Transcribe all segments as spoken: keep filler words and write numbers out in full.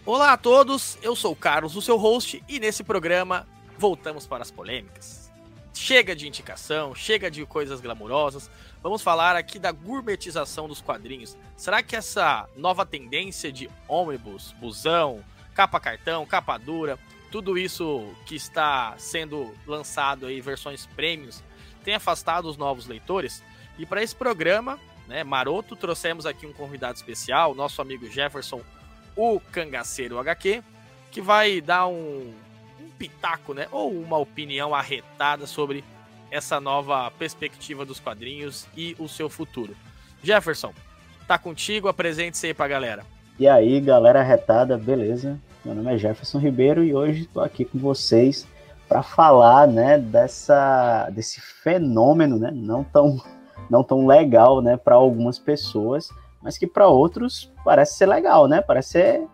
Olá a todos, eu sou o Carlos, o seu host, e nesse programa voltamos para as polêmicas. Chega de indicação, chega de coisas glamourosas, vamos falar aqui da gourmetização dos quadrinhos. Será que essa nova tendência de ônibus, busão, capa cartão, capa dura, tudo isso que está sendo lançado aí, versões prêmios, tem afastado os novos leitores? E para esse programa, né, maroto, trouxemos aqui um convidado especial, nosso amigo Jefferson, o Cangaceiro H Q, que vai dar um, um pitaco, né, ou uma opinião arretada sobre essa nova perspectiva dos quadrinhos e o seu futuro. Jefferson, tá contigo, apresente-se aí pra galera. E aí, galera arretada, beleza? Meu nome é Jefferson Ribeiro e hoje estou aqui com vocês para falar, né, dessa, desse fenômeno, né, não tão, não tão legal, né, para algumas pessoas, mas que para outros parece ser legal, né? Parece ser,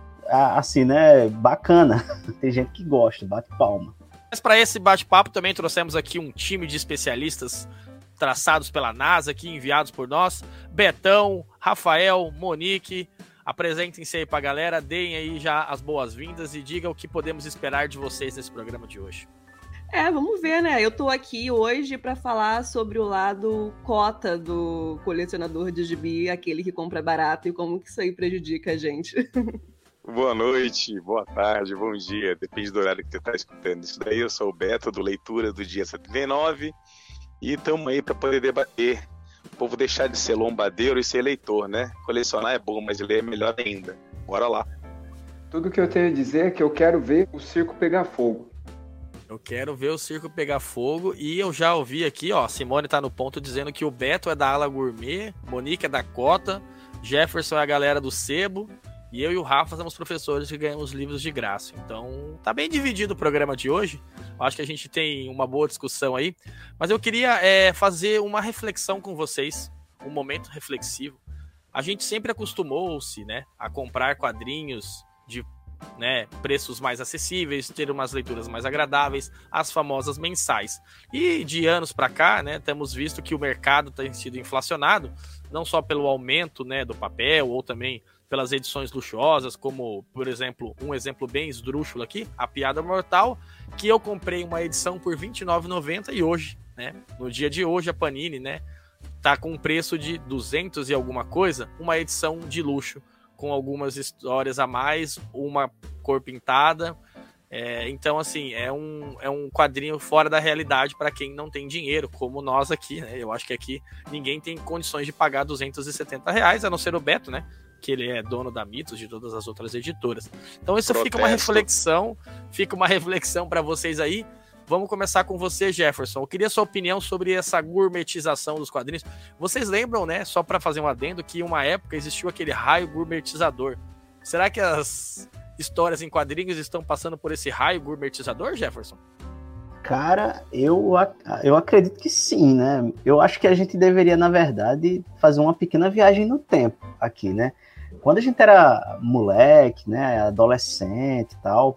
assim, né, bacana. Tem gente que gosta, bate palma. Mas para esse bate-papo também trouxemos aqui um time de especialistas traçados pela NASA, aqui enviados por nós. Betão, Rafael, Monique, apresentem-se aí para a galera, deem aí já as boas-vindas e digam o que podemos esperar de vocês nesse programa de hoje. É, vamos ver, né? Eu tô aqui hoje para falar sobre o lado cota do colecionador de gibi, aquele que compra barato, e como que isso aí prejudica a gente. Boa noite, boa tarde, bom dia, depende do horário que você tá escutando. Isso daí, eu sou o Beto, do Leitura do Dia setenta e nove, e estamos aí para poder debater. O povo deixar de ser lombadeiro e ser leitor, né? Colecionar é bom, mas ler é melhor ainda. Bora lá. Tudo que eu tenho a dizer é que eu quero ver o circo pegar fogo. Eu quero ver o circo pegar fogo, e eu já ouvi aqui, ó, Simone tá no ponto dizendo que o Beto é da ala gourmet, Monique é da cota, Jefferson é a galera do sebo, e eu e o Rafa somos professores que ganhamos livros de graça. Então, tá bem dividido o programa de hoje. Eu acho que a gente tem uma boa discussão aí. Mas eu queria é, fazer uma reflexão com vocês, um momento reflexivo. A gente sempre acostumou-se, né, a comprar quadrinhos de, né, preços mais acessíveis, ter umas leituras mais agradáveis, as famosas mensais. E de anos para cá, né, temos visto que o mercado tem sido inflacionado, não só pelo aumento, né, do papel, ou também pelas edições luxuosas, como, por exemplo, um exemplo bem esdrúxulo aqui, A Piada Mortal, que eu comprei uma edição por vinte e nove reais e noventa centavos e hoje, né, no dia de hoje, a Panini, né, tá com um preço de duzentos e alguma coisa, uma edição de luxo, com algumas histórias a mais, uma cor pintada. É, então, assim, é um, é um quadrinho fora da realidade para quem não tem dinheiro, como nós aqui, né? Eu acho que aqui ninguém tem condições de pagar duzentos e setenta reais, a não ser o Beto, né? Que ele é dono da Mitos, de todas as outras editoras. Então isso Protesto. fica uma reflexão, fica uma reflexão para vocês aí. Vamos começar com você, Jefferson. Eu queria sua opinião sobre essa gourmetização dos quadrinhos. Vocês lembram, né, só para fazer um adendo, que uma época existiu aquele raio gourmetizador. Será que as histórias em quadrinhos estão passando por esse raio gourmetizador, Jefferson? Cara, eu, eu acredito que sim, né? Eu acho que a gente deveria, na verdade, fazer uma pequena viagem no tempo aqui, né? Quando a gente era moleque, né, adolescente e tal,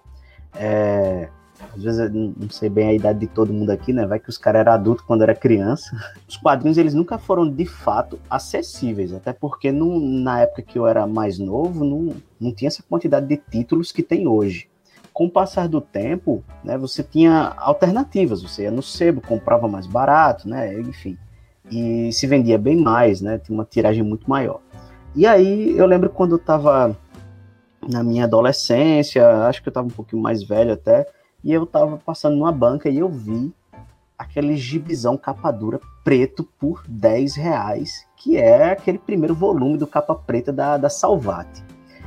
é, às vezes eu não sei bem a idade de todo mundo aqui, né, vai que os caras eram adultos quando era criança, os quadrinhos eles nunca foram de fato acessíveis, até porque não, na época que eu era mais novo, não, não tinha essa quantidade de títulos que tem hoje. Com o passar do tempo, né, você tinha alternativas, você ia no sebo, comprava mais barato, né, enfim, e se vendia bem mais, né, tinha uma tiragem muito maior. E aí, eu lembro quando eu tava na minha adolescência, acho que eu tava um pouquinho mais velho até, e eu tava passando numa banca e eu vi aquele gibizão capa dura preto por dez reais, que é aquele primeiro volume do capa preta da, da Salvati.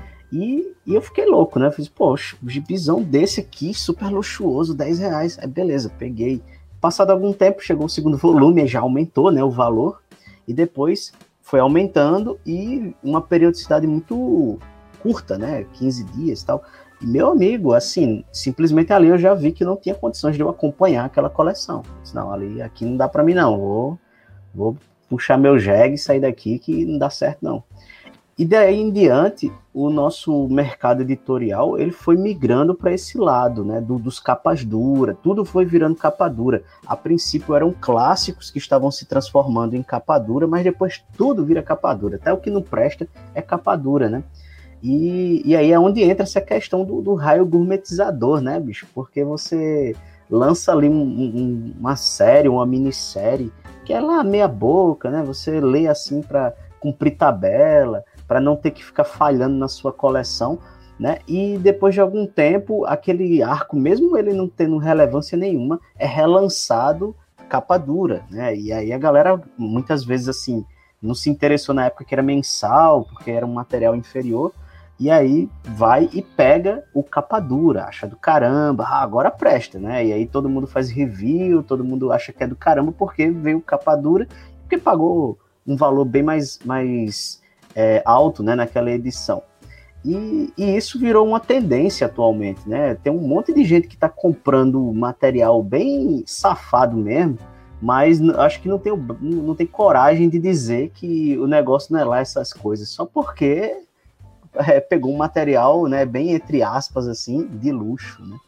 E, e eu fiquei louco, né? Eu fiz, poxa, um gibizão desse aqui, super luxuoso, dez reais. Aí beleza, peguei. Passado algum tempo, chegou o segundo volume, já aumentou, né, o valor, e depois foi aumentando e uma periodicidade muito curta, né, quinze dias e tal. E meu amigo, assim, simplesmente ali eu já vi que não tinha condições de eu acompanhar aquela coleção. Disse, não, ali, aqui não dá para mim não, vou, vou puxar meu jegue e sair daqui que não dá certo não. E daí em diante, o nosso mercado editorial, ele foi migrando para esse lado, né, do, dos capas duras, tudo foi virando capa dura. A princípio eram clássicos que estavam se transformando em capa dura, mas depois tudo vira capa dura, até o que não presta é capa dura, né? E, e aí é onde entra essa questão do, do raio gourmetizador, né, bicho? Porque você lança ali um, um, uma série, uma minissérie, que é lá meia boca, né? Você lê assim para cumprir tabela, para não ter que ficar falhando na sua coleção, né? E depois de algum tempo, aquele arco, mesmo ele não tendo relevância nenhuma, é relançado capa dura, né? E aí a galera, muitas vezes, assim, não se interessou na época que era mensal, porque era um material inferior, e aí vai e pega o capa dura, acha do caramba, ah, agora presta, né? E aí todo mundo faz review, todo mundo acha que é do caramba, porque veio capa dura, porque pagou um valor bem mais, mais é, alto, né, naquela edição. E, e isso virou uma tendência atualmente, né? Tem um monte de gente que está comprando material bem safado mesmo, mas acho que não tem, não tem coragem de dizer que o negócio não é lá essas coisas, só porque é, pegou um material, né, bem entre aspas, assim, de luxo, né?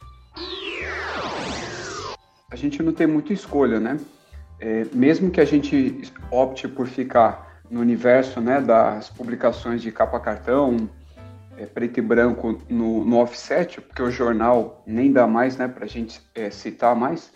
A gente não tem muita escolha, né? É, mesmo que a gente opte por ficar no universo, né, das publicações de capa cartão, é, preto e branco no, no offset, porque o jornal nem dá mais, né, para a gente é, citar mais,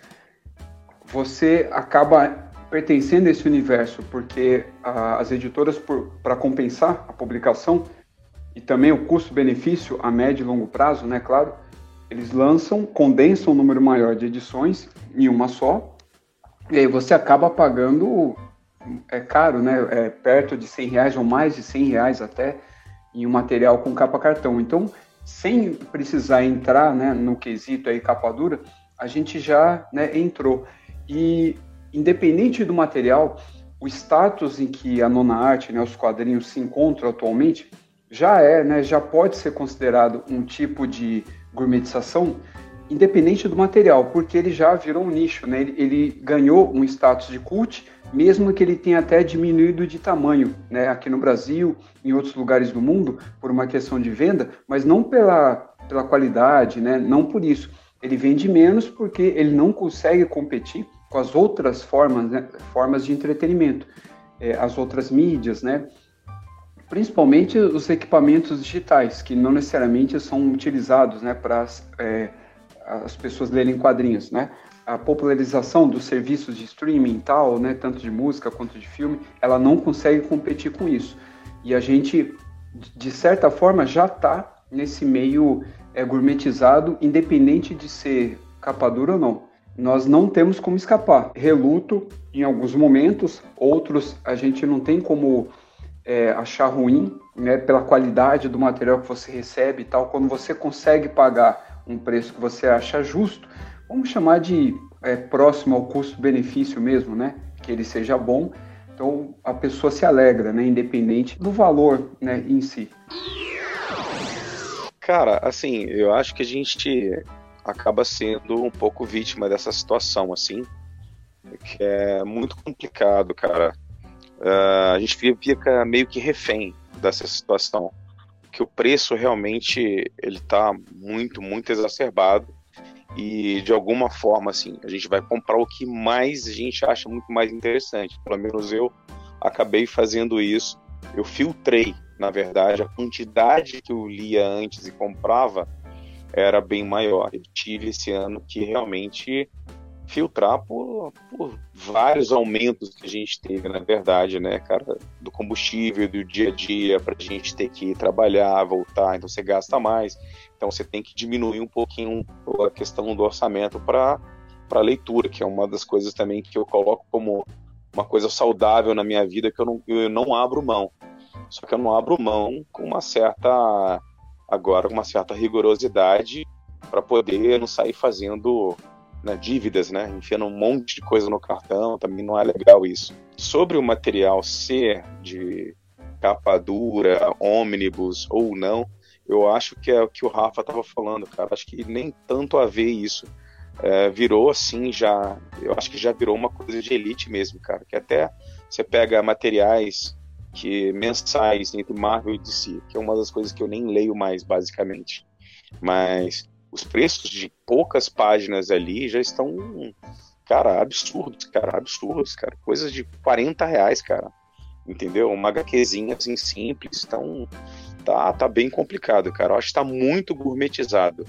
você acaba pertencendo a esse universo, porque a, as editoras, para compensar a publicação e também o custo-benefício a médio e longo prazo, né, claro, eles lançam, condensam um número maior de edições em uma só, e aí você acaba pagando, é caro, né, é perto de cem reais ou mais de cem reais até, em um material com capa cartão. Então, sem precisar entrar, né, no quesito aí capa dura, a gente já, né, entrou. E, independente do material, o status em que a nona arte, né, os quadrinhos se encontram atualmente, já é, né, já pode ser considerado um tipo de gourmetização, independente do material, porque ele já virou um nicho, né? Ele, ele ganhou um status de cult, mesmo que ele tenha até diminuído de tamanho, né? Aqui no Brasil, em outros lugares do mundo, por uma questão de venda, mas não pela, pela qualidade, né? Não por isso. Ele vende menos porque ele não consegue competir com as outras formas, né? Formas de entretenimento, é, as outras mídias, né? Principalmente os equipamentos digitais, que não necessariamente são utilizados, né, para é, as pessoas lerem quadrinhos, né? A popularização dos serviços de streaming e tal, né, tanto de música quanto de filme, ela não consegue competir com isso. E a gente, de certa forma, já está nesse meio é, gourmetizado, independente de ser capa dura ou não. Nós não temos como escapar. Reluto em alguns momentos, outros a gente não tem como é, achar ruim, né, pela qualidade do material que você recebe e tal. Quando você consegue pagar um preço que você acha justo, vamos chamar de é, próximo ao custo-benefício mesmo, né? Que ele seja bom. Então, a pessoa se alegra, né? Independente do valor, né, em si. Cara, assim, eu acho que a gente acaba sendo um pouco vítima dessa situação, assim, que é muito complicado, cara. Uh, a gente fica meio que refém dessa situação, que o preço realmente ele tá muito, muito exacerbado. E de alguma forma, assim, a gente vai comprar o que mais a gente acha muito mais interessante. Pelo menos eu acabei fazendo isso. Eu filtrei, na verdade, a quantidade que eu lia antes e comprava era bem maior. Eu tive esse ano que realmente filtrar por, por vários aumentos que a gente teve, na verdade, né, cara, do combustível, do dia a dia, pra gente ter que ir trabalhar, voltar, então você gasta mais, então você tem que diminuir um pouquinho a questão do orçamento para para leitura, que é uma das coisas também que eu coloco como uma coisa saudável na minha vida, que eu não, eu não abro mão, só que eu não abro mão com uma certa, agora, com uma certa rigorosidade para poder não sair fazendo, né, dívidas, né, enfiando um monte de coisa no cartão, também não é legal isso. Sobre o material ser de capa dura, ônibus ou não, eu acho que é o que o Rafa estava falando, cara, acho que nem tanto a ver isso, é, virou assim já, eu acho que já virou uma coisa de elite mesmo, cara, que até você pega materiais que mensais entre Marvel e D C, que é uma das coisas que eu nem leio mais, basicamente, mas os preços de poucas páginas ali já estão, cara, absurdos, cara, absurdos, cara. Coisas de quarenta reais, cara. Entendeu? Uma HQzinha assim simples. Então, tá, tá bem complicado, cara. Eu acho que tá muito gourmetizado.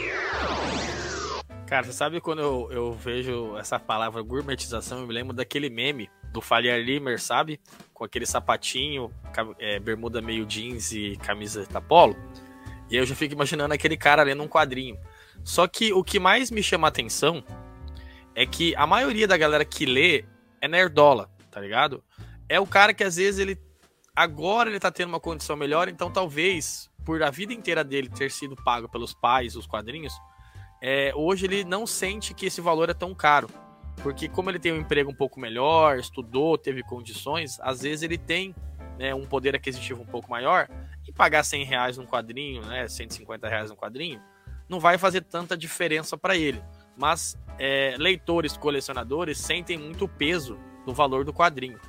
Cara, você sabe quando eu, eu vejo essa palavra gourmetização, eu me lembro daquele meme do Faria Limer, sabe? Com aquele sapatinho, é, bermuda meio jeans e camiseta polo. E eu já fico imaginando aquele cara lendo um quadrinho. Só que o que mais me chama a atenção é que a maioria da galera que lê é nerdola, tá ligado? É o cara que às vezes ele... Agora ele tá tendo uma condição melhor, então talvez, por a vida inteira dele ter sido pago pelos pais, os quadrinhos... É, hoje ele não sente que esse valor é tão caro, porque como ele tem um emprego um pouco melhor, estudou, teve condições, às vezes ele tem, né, um poder aquisitivo um pouco maior, e pagar cem reais num quadrinho, né, cento e cinquenta reais num quadrinho, não vai fazer tanta diferença para ele. Mas é, leitores, colecionadores sentem muito o peso do valor do quadrinho.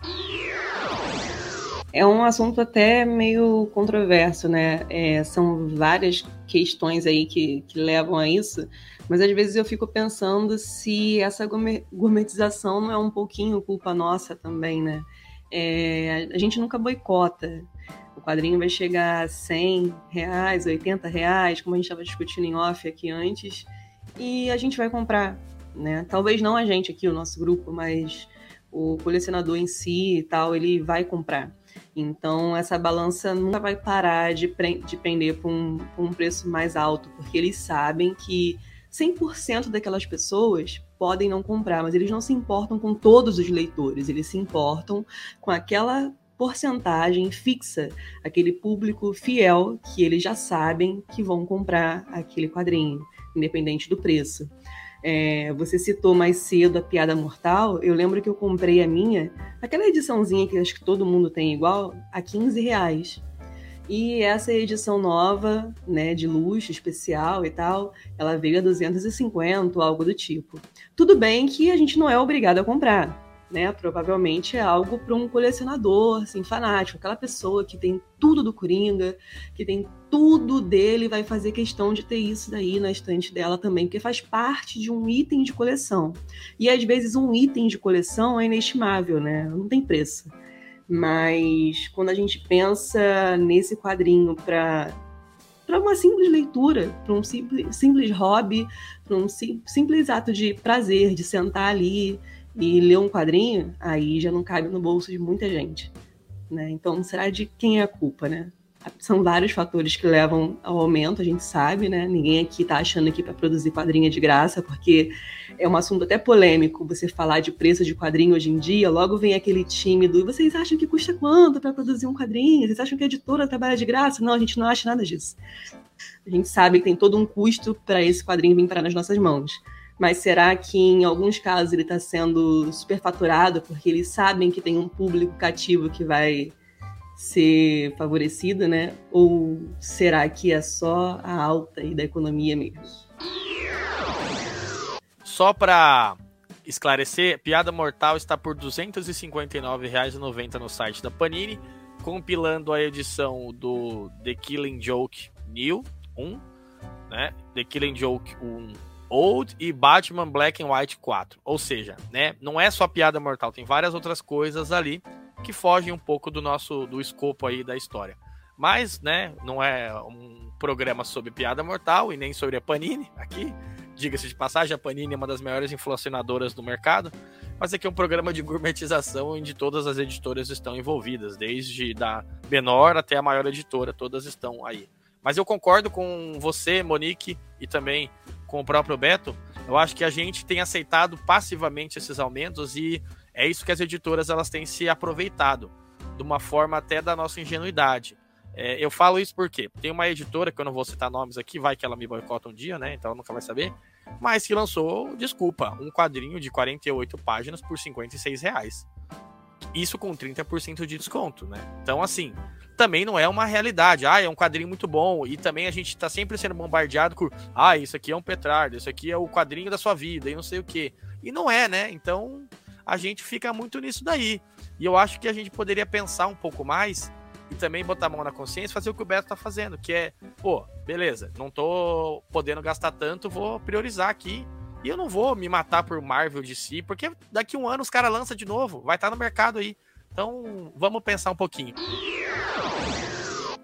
É um assunto até meio controverso, né? É, são várias questões aí que, que levam a isso, mas às vezes eu fico pensando se essa gourmetização não é um pouquinho culpa nossa também, né? É, a gente nunca boicota. O quadrinho vai chegar a cem reais, oitenta reais, como a gente estava discutindo em off aqui antes, e a gente vai comprar, né? Talvez não a gente aqui, o nosso grupo, mas o colecionador em si e tal, ele vai comprar. Então, essa balança nunca vai parar de, pre- de pender por um, por um preço mais alto, porque eles sabem que cem por cento daquelas pessoas podem não comprar, mas eles não se importam com todos os leitores, eles se importam com aquela porcentagem fixa, aquele público fiel que eles já sabem que vão comprar aquele quadrinho, independente do preço. É, você citou mais cedo a Piada Mortal. Eu lembro que eu comprei a minha, aquela ediçãozinha que acho que todo mundo tem igual, a quinze reais. E essa edição nova, né, de luxo, especial e tal, ela veio a duzentos e cinquenta, algo do tipo. Tudo bem que a gente não é obrigado a comprar, né? Provavelmente é algo para um colecionador, assim, fanático, aquela pessoa que tem tudo do Coringa, que tem tudo dele, vai fazer questão de ter isso daí na estante dela também, porque faz parte de um item de coleção. E às vezes um item de coleção é inestimável, né? Não tem preço. Mas quando a gente pensa nesse quadrinho para para uma simples leitura, para um simples, simples hobby, para um sim, simples ato de prazer, de sentar ali e ler um quadrinho, aí já não cabe no bolso de muita gente, né? Então, será de quem é a culpa, né? São vários fatores que levam ao aumento, a gente sabe, né? Ninguém aqui tá achando que para produzir quadrinho é de graça, porque é um assunto até polêmico você falar de preço de quadrinho hoje em dia, logo vem aquele tímido, vocês acham que custa quanto para produzir um quadrinho? Vocês acham que a editora trabalha de graça? Não, a gente não acha nada disso. A gente sabe que tem todo um custo para esse quadrinho vir parar nas nossas mãos. Mas será que em alguns casos ele está sendo superfaturado porque eles sabem que tem um público cativo que vai ser favorecido, né? Ou será que é só a alta aí da economia mesmo? Só para esclarecer, Piada Mortal está por duzentos e cinquenta e nove reais e noventa centavos no site da Panini, compilando a edição do The Killing Joke New um, né? The Killing Joke um Old e Batman Black and White quatro. Ou seja, né, não é só Piada Mortal, tem várias outras coisas ali que fogem um pouco do nosso do escopo aí da história. Mas, né, não é um programa sobre Piada Mortal e nem sobre a Panini aqui. Diga-se de passagem, a Panini é uma das maiores inflacionadoras do mercado, mas aqui é um programa de gourmetização onde todas as editoras estão envolvidas, desde da menor até a maior editora, todas estão aí. Mas eu concordo com você, Monique, e também com o próprio Beto. Eu acho que a gente tem aceitado passivamente esses aumentos e é isso que as editoras elas têm se aproveitado, de uma forma até da nossa ingenuidade. É, eu falo isso porque tem uma editora, que eu não vou citar nomes aqui, vai que ela me boicota um dia, né? Então ela nunca vai saber. Mas que lançou, desculpa, um quadrinho de quarenta e oito páginas por cinquenta e seis reais. Isso com trinta por cento de desconto, né? Então, assim, também não é uma realidade. Ah, é um quadrinho muito bom. E também a gente tá sempre sendo bombardeado com ah, isso aqui é um Petrardo, isso aqui é o quadrinho da sua vida e não sei o quê. E não é, né? Então, a gente fica muito nisso daí. E eu acho que a gente poderia pensar um pouco mais e também botar a mão na consciência e fazer o que o Beto tá fazendo, que é, pô, beleza, não tô podendo gastar tanto, vou priorizar aqui. E eu não vou me matar por Marvel D C, porque daqui a um ano os caras lançam de novo, vai estar no mercado aí. Então, vamos pensar um pouquinho.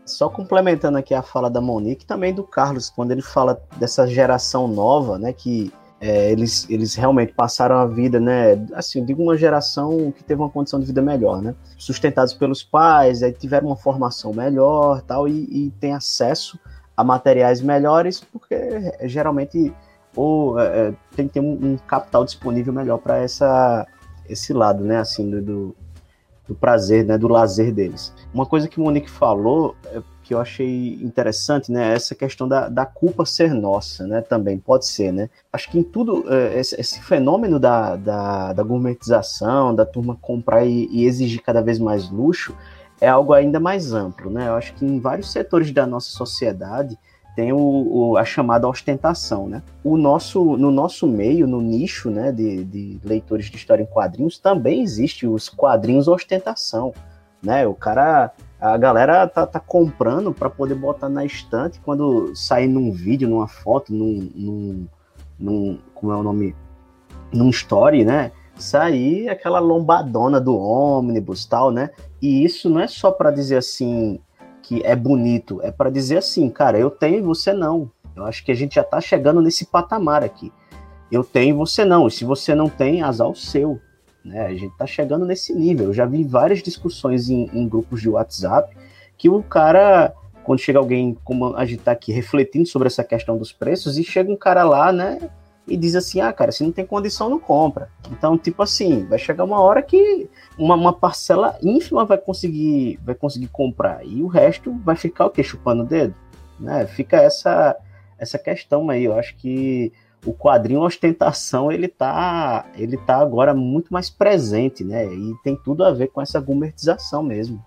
Só complementando aqui a fala da Monique, também do Carlos, quando ele fala dessa geração nova, né, que é, eles, eles realmente passaram a vida, né, assim, eu digo uma geração que teve uma condição de vida melhor, né, sustentados pelos pais, aí tiveram uma formação melhor, tal, e, e tem acesso a materiais melhores, porque é, geralmente ou, é, tem que ter um, um capital disponível melhor para essa esse lado, né, assim, do, do do prazer, né, do lazer deles. Uma coisa que o Monique falou, é, que eu achei interessante, né, essa questão da, da culpa ser nossa, né, também, pode ser, né. Acho que em tudo, é, esse, esse fenômeno da, da, da gourmetização, da turma comprar e, e exigir cada vez mais luxo, é algo ainda mais amplo, né. Eu acho que em vários setores da nossa sociedade tem o, o, a chamada ostentação, né? O nosso, no nosso meio, no nicho, né, de, de leitores de história em quadrinhos, também existe os quadrinhos ostentação, né? O cara, a galera tá, tá comprando para poder botar na estante quando sair num vídeo, numa foto, num, num, num como é o nome, num story, né? Sair aquela lombadona do ônibus, tal, né? E isso não é só para dizer assim que é bonito, é para dizer assim, cara, eu tenho e você não. Eu acho que a gente já tá chegando nesse patamar aqui. Eu tenho e você não. E se você não tem, azar o seu. Né? A gente tá chegando nesse nível. Eu já vi várias discussões em, em grupos de WhatsApp que o cara, quando chega alguém, como a gente tá aqui refletindo sobre essa questão dos preços, e chega um cara lá, né, e diz assim, ah, cara, se não tem condição, não compra. Então, tipo assim, vai chegar uma hora que uma, uma parcela ínfima vai conseguir, vai conseguir comprar, e o resto vai ficar o quê? Chupando o dedo? Né? Fica essa, essa questão aí. Eu acho que o quadrinho ostentação, ele tá, ele tá agora muito mais presente, né? E tem tudo a ver com essa gourmetização mesmo.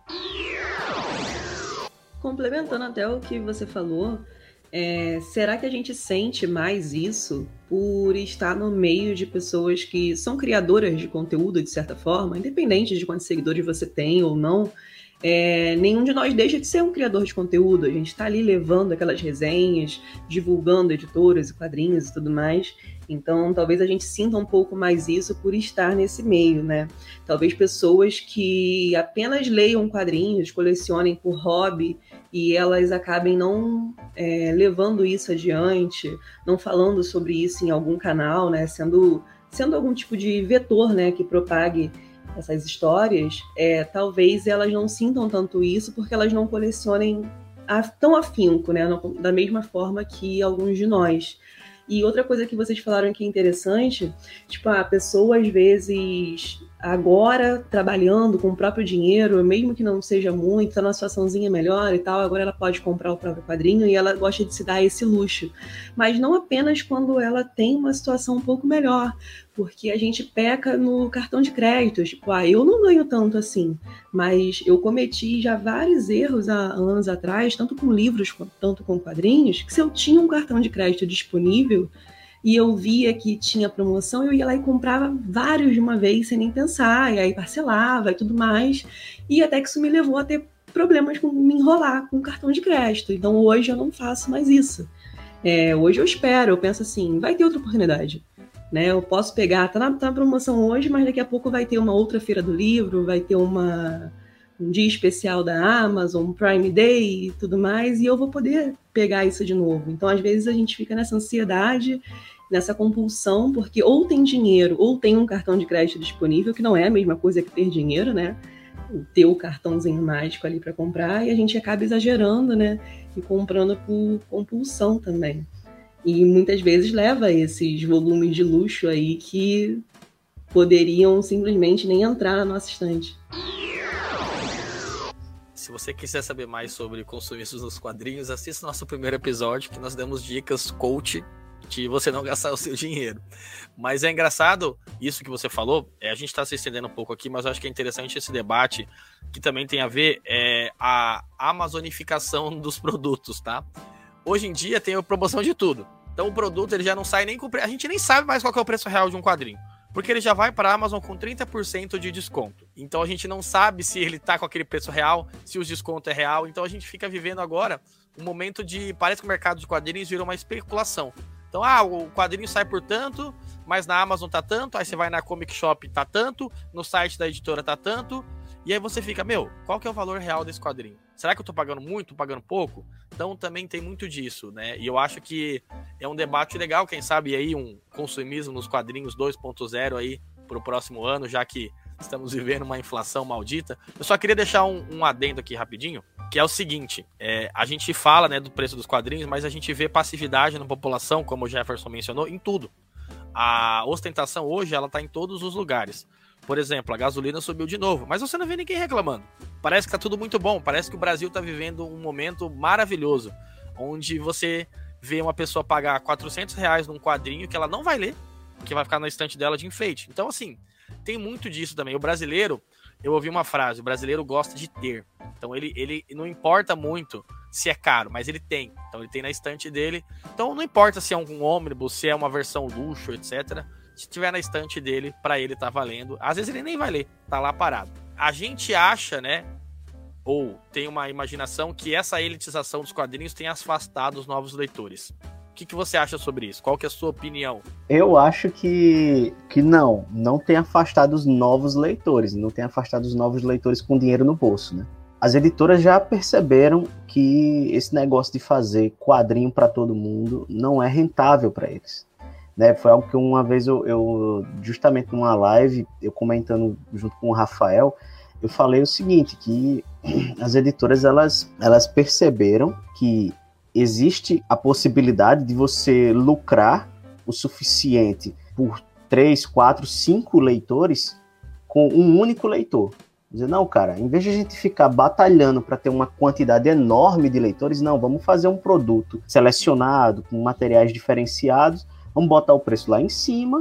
Complementando até o que você falou, É, será que a gente sente mais isso por estar no meio de pessoas que são criadoras de conteúdo, de certa forma, independente de quantos seguidores você tem ou não? É, nenhum de nós deixa de ser um criador de conteúdo. A gente está ali levando aquelas resenhas, divulgando editoras e quadrinhos e tudo mais. Então, talvez a gente sinta um pouco mais isso por estar nesse meio, né? Talvez pessoas que apenas leiam quadrinhos, colecionem por hobby, e elas acabem não é, levando isso adiante, não falando sobre isso em algum canal, né? Sendo, sendo algum tipo de vetor, né, que propague essas histórias, é, talvez elas não sintam tanto isso porque elas não colecionem a, tão afinco, né? Não, da mesma forma que alguns de nós. E outra coisa que vocês falaram que é interessante, tipo, a pessoa às vezes agora trabalhando com o próprio dinheiro, mesmo que não seja muito, tá numa situaçãozinha melhor e tal, agora ela pode comprar o próprio quadrinho e ela gosta de se dar esse luxo. Mas não apenas quando ela tem uma situação um pouco melhor, porque a gente peca no cartão de crédito, tipo, ah, eu não ganho tanto assim, mas eu cometi já vários erros há anos atrás, tanto com livros, tanto com quadrinhos, que se eu tinha um cartão de crédito disponível e eu via que tinha promoção, eu ia lá e comprava vários de uma vez, sem nem pensar, e aí parcelava e tudo mais, e até que isso me levou a ter problemas com me enrolar com o cartão de crédito. Então hoje eu não faço mais isso. É, hoje eu espero, eu penso assim, vai ter outra oportunidade. Né, eu posso pegar, tá na, tá na promoção hoje, mas daqui a pouco vai ter uma outra feira do livro, vai ter uma, um dia especial da Amazon, um Prime Day e tudo mais, e eu vou poder pegar isso de novo. Então, às vezes, a gente fica nessa ansiedade, nessa compulsão, porque ou tem dinheiro, ou tem um cartão de crédito disponível, que não é a mesma coisa que ter dinheiro, né? Ter o cartãozinho mágico ali para comprar, e a gente acaba exagerando, né? E comprando por compulsão também. E muitas vezes leva a esses volumes de luxo aí que poderiam simplesmente nem entrar na nossa estante. Se você quiser saber mais sobre consumistas nos quadrinhos, assista o nosso primeiro episódio, que nós demos dicas coach de você não gastar o seu dinheiro. Mas é engraçado isso que você falou, é, a gente está se estendendo um pouco aqui, mas eu acho que é interessante esse debate, que também tem a ver é, a amazonificação dos produtos, tá? Hoje em dia tem a promoção de tudo. Então o produto ele já não sai nem com... A gente nem sabe mais qual que é o preço real de um quadrinho. Porque ele já vai para a Amazon com trinta por cento de desconto. Então a gente não sabe se ele tá com aquele preço real, se o desconto é real. Então a gente fica vivendo agora um momento de... Parece que o mercado de quadrinhos virou uma especulação. Então, ah, o quadrinho sai por tanto, mas na Amazon tá tanto, aí você vai na Comic Shop tá tanto, no site da editora tá tanto. E aí você fica, meu, qual que é o valor real desse quadrinho? Será que eu tô pagando muito, tô pagando pouco? Então também tem muito disso, né? E eu acho que é um debate legal, quem sabe aí um consumismo nos quadrinhos dois ponto zero aí pro próximo ano, já que estamos vivendo uma inflação maldita. Eu só queria deixar um, um adendo aqui rapidinho, que é o seguinte, é, a gente fala, né, do preço dos quadrinhos, mas a gente vê passividade na população, como o Jefferson mencionou, em tudo. A ostentação hoje, ela tá em todos os lugares. Por exemplo, a gasolina subiu de novo, mas você não vê ninguém reclamando. Parece que tá tudo muito bom, parece que o Brasil tá vivendo um momento maravilhoso, onde você vê uma pessoa pagar quatrocentos reais num quadrinho que ela não vai ler, que vai ficar na estante dela de enfeite. Então, assim, tem muito disso também. O brasileiro, eu ouvi uma frase, o brasileiro gosta de ter. Então, ele, ele não importa muito se é caro, mas ele tem. Então, ele tem na estante dele. Então, não importa se é um ônibus, se é uma versão luxo, etcétera. Se tiver na estante dele, pra ele tá valendo. Às vezes ele nem vai ler, tá lá parado. A gente acha, né, ou tem uma imaginação que essa elitização dos quadrinhos tem afastado os novos leitores. O que, que você acha sobre isso? Qual que é a sua opinião? Eu acho que, que não, não tem afastado os novos leitores, não tem afastado os novos leitores com dinheiro no bolso, né? As editoras já perceberam que esse negócio de fazer quadrinho para todo mundo não é rentável para eles. Né, foi algo que uma vez eu, eu, justamente numa live, eu comentando junto com o Rafael, eu falei o seguinte, que as editoras, elas, elas perceberam que existe a possibilidade de você lucrar o suficiente por três, quatro, cinco leitores com um único leitor. Dizer, não, cara, em vez de a gente ficar batalhando para ter uma quantidade enorme de leitores, não, vamos fazer um produto selecionado, com materiais diferenciados, vamos botar o preço lá em cima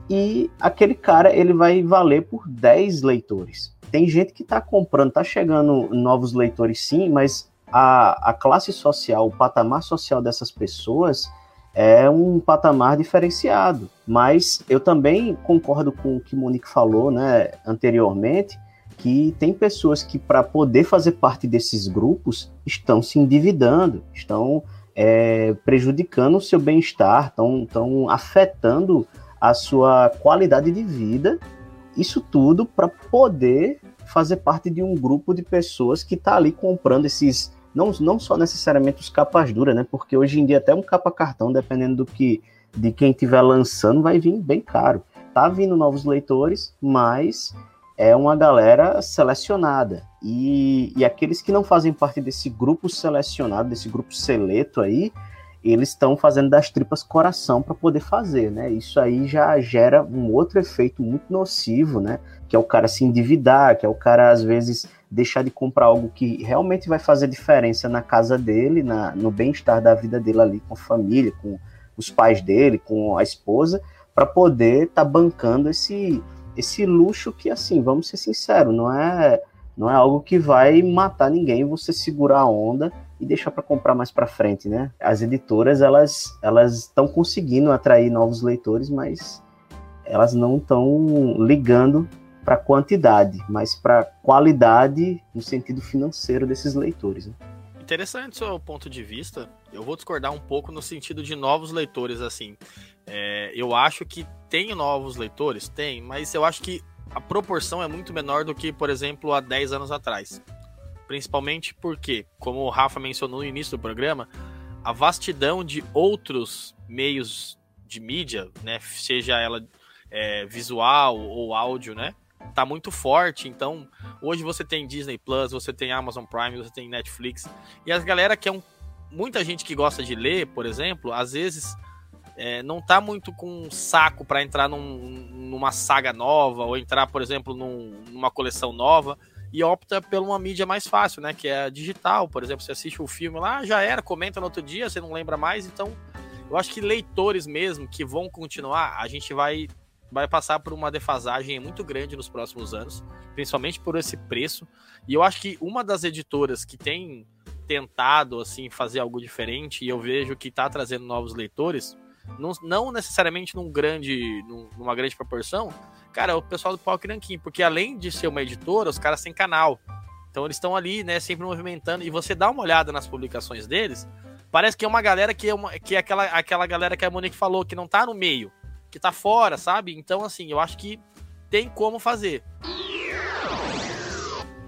e aquele cara, ele vai valer por dez leitores. Tem gente que está comprando, está chegando novos leitores sim, mas a, a classe social, o patamar social dessas pessoas é um patamar diferenciado. Mas eu também concordo com o que Monique falou, né, anteriormente, que tem pessoas que, para poder fazer parte desses grupos, estão se endividando, estão É, prejudicando o seu bem-estar, estão afetando a sua qualidade de vida, isso tudo para poder fazer parte de um grupo de pessoas que está ali comprando esses, não, não só necessariamente os capas duras, né? Porque hoje em dia até um capa-cartão, dependendo do que, de quem estiver lançando, vai vir bem caro. Tá vindo novos leitores, mas é uma galera selecionada. E, e aqueles que não fazem parte desse grupo selecionado, desse grupo seleto aí, eles estão fazendo das tripas coração para poder fazer, né? Isso aí já gera um outro efeito muito nocivo, né? Que é o cara se endividar, que é o cara, às vezes, deixar de comprar algo que realmente vai fazer diferença na casa dele, na, no bem-estar da vida dele ali, com a família, com os pais dele, com a esposa, para poder estar tá bancando esse... esse luxo que, assim, vamos ser sinceros, não é, não é algo que vai matar ninguém, você segurar a onda e deixar para comprar mais para frente, né? As editoras, elas elas estão conseguindo atrair novos leitores, mas elas não estão ligando para quantidade, mas para qualidade no sentido financeiro desses leitores, né? Interessante o seu ponto de vista. Eu vou discordar um pouco no sentido de novos leitores, assim. É, eu acho que tem novos leitores, tem, mas eu acho que a proporção é muito menor do que, por exemplo, há dez anos atrás. Principalmente porque, como o Rafa mencionou no início do programa, a vastidão de outros meios de mídia, né, seja ela é, visual ou áudio, né, tá muito forte. Então, hoje você tem Disney Plus, você tem Amazon Prime, você tem Netflix, e as galera que é um, muita gente que gosta de ler, por exemplo, às vezes é, não tá muito com saco para entrar num, numa saga nova, ou entrar, por exemplo, num, numa coleção nova, e opta por uma mídia mais fácil, né, que é a digital. Por exemplo, você assiste o filme lá, já era, comenta no outro dia, você não lembra mais. Então, eu acho que leitores mesmo que vão continuar, a gente vai vai passar por uma defasagem muito grande nos próximos anos, principalmente por esse preço. E eu acho que uma das editoras que tem tentado assim fazer algo diferente, e eu vejo que está trazendo novos leitores, não, não necessariamente num grande, num, numa grande proporção, cara, é o pessoal do Paulo Nanquim, porque além de ser uma editora, os caras têm canal. Então eles estão ali, né, sempre movimentando, e você dá uma olhada nas publicações deles, parece que é uma galera que é, uma, que é aquela, aquela galera que a Monique falou, que não tá no meio, que tá fora, sabe? Então, assim, eu acho que tem como fazer.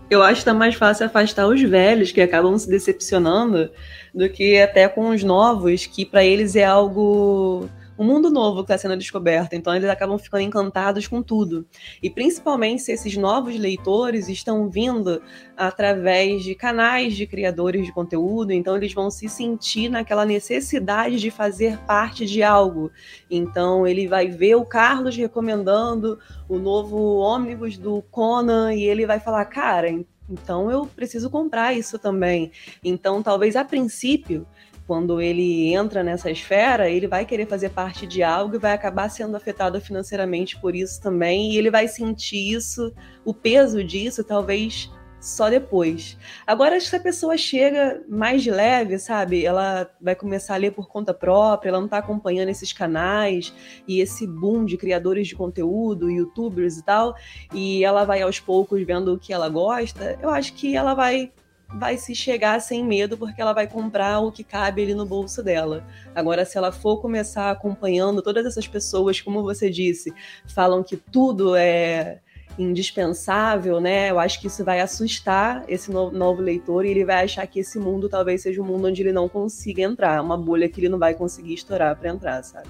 Eu acho que tá mais fácil afastar os velhos, que acabam se decepcionando, do que até com os novos, que para eles é algo... um mundo novo que está sendo descoberto, então eles acabam ficando encantados com tudo. E principalmente se esses novos leitores estão vindo através de canais de criadores de conteúdo, então eles vão se sentir naquela necessidade de fazer parte de algo. Então ele vai ver o Carlos recomendando o novo ônibus do Conan e ele vai falar, cara, então eu preciso comprar isso também. Então talvez a princípio, quando ele entra nessa esfera, ele vai querer fazer parte de algo e vai acabar sendo afetado financeiramente por isso também, e ele vai sentir isso, o peso disso, talvez só depois. Agora, se a pessoa chega mais de leve, sabe, ela vai começar a ler por conta própria, ela não está acompanhando esses canais e esse boom de criadores de conteúdo, youtubers e tal, e ela vai aos poucos vendo o que ela gosta, eu acho que ela vai... vai se chegar sem medo, porque ela vai comprar o que cabe ali no bolso dela. Agora, se ela for começar acompanhando todas essas pessoas, como você disse, falam que tudo é indispensável, né? Eu acho que isso vai assustar esse novo, novo leitor e ele vai achar que esse mundo talvez seja um mundo onde ele não consiga entrar, uma bolha que ele não vai conseguir estourar para entrar, sabe?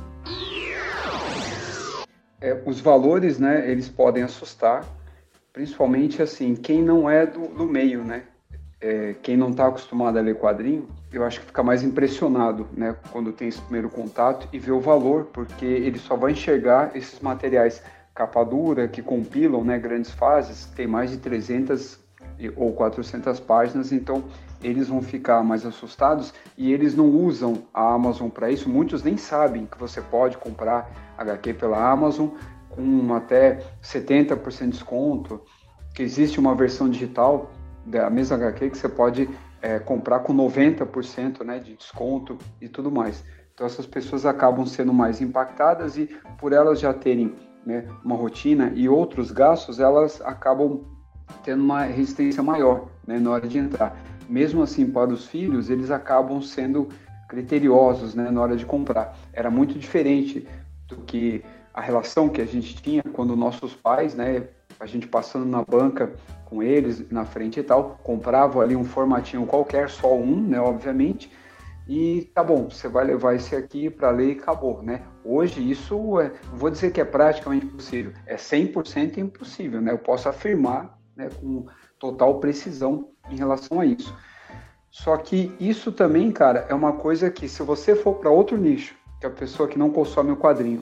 É, os valores, né, eles podem assustar, principalmente, assim, quem não é do, do meio, né? É, quem não está acostumado a ler quadrinho, eu acho que fica mais impressionado, né, quando tem esse primeiro contato e vê o valor, porque ele só vai enxergar esses materiais capa dura, que compilam, né, grandes fases, tem mais de trezentas ou quatrocentas páginas, então eles vão ficar mais assustados e eles não usam a Amazon para isso. Muitos nem sabem que você pode comprar agá quê pela Amazon com até setenta por cento de desconto, que existe uma versão digital da mesma agá quê que você pode é, comprar com noventa por cento, né, de desconto e tudo mais. Então essas pessoas acabam sendo mais impactadas e por elas já terem, né, uma rotina e outros gastos, elas acabam tendo uma resistência maior, né, na hora de entrar. Mesmo assim, para os filhos, eles acabam sendo criteriosos, né, na hora de comprar. Era muito diferente do que a relação que a gente tinha quando nossos pais, né, a gente passando na banca com eles, na frente e tal, comprava ali um formatinho qualquer, só um, né, obviamente, e tá bom, você vai levar esse aqui para ler e acabou, né? Hoje isso, é, não vou dizer que é praticamente impossível, é cem por cento impossível, né? Eu posso afirmar, né, com total precisão em relação a isso. Só que isso também, cara, é uma coisa que se você for para outro nicho, que é a pessoa que não consome o quadrinho,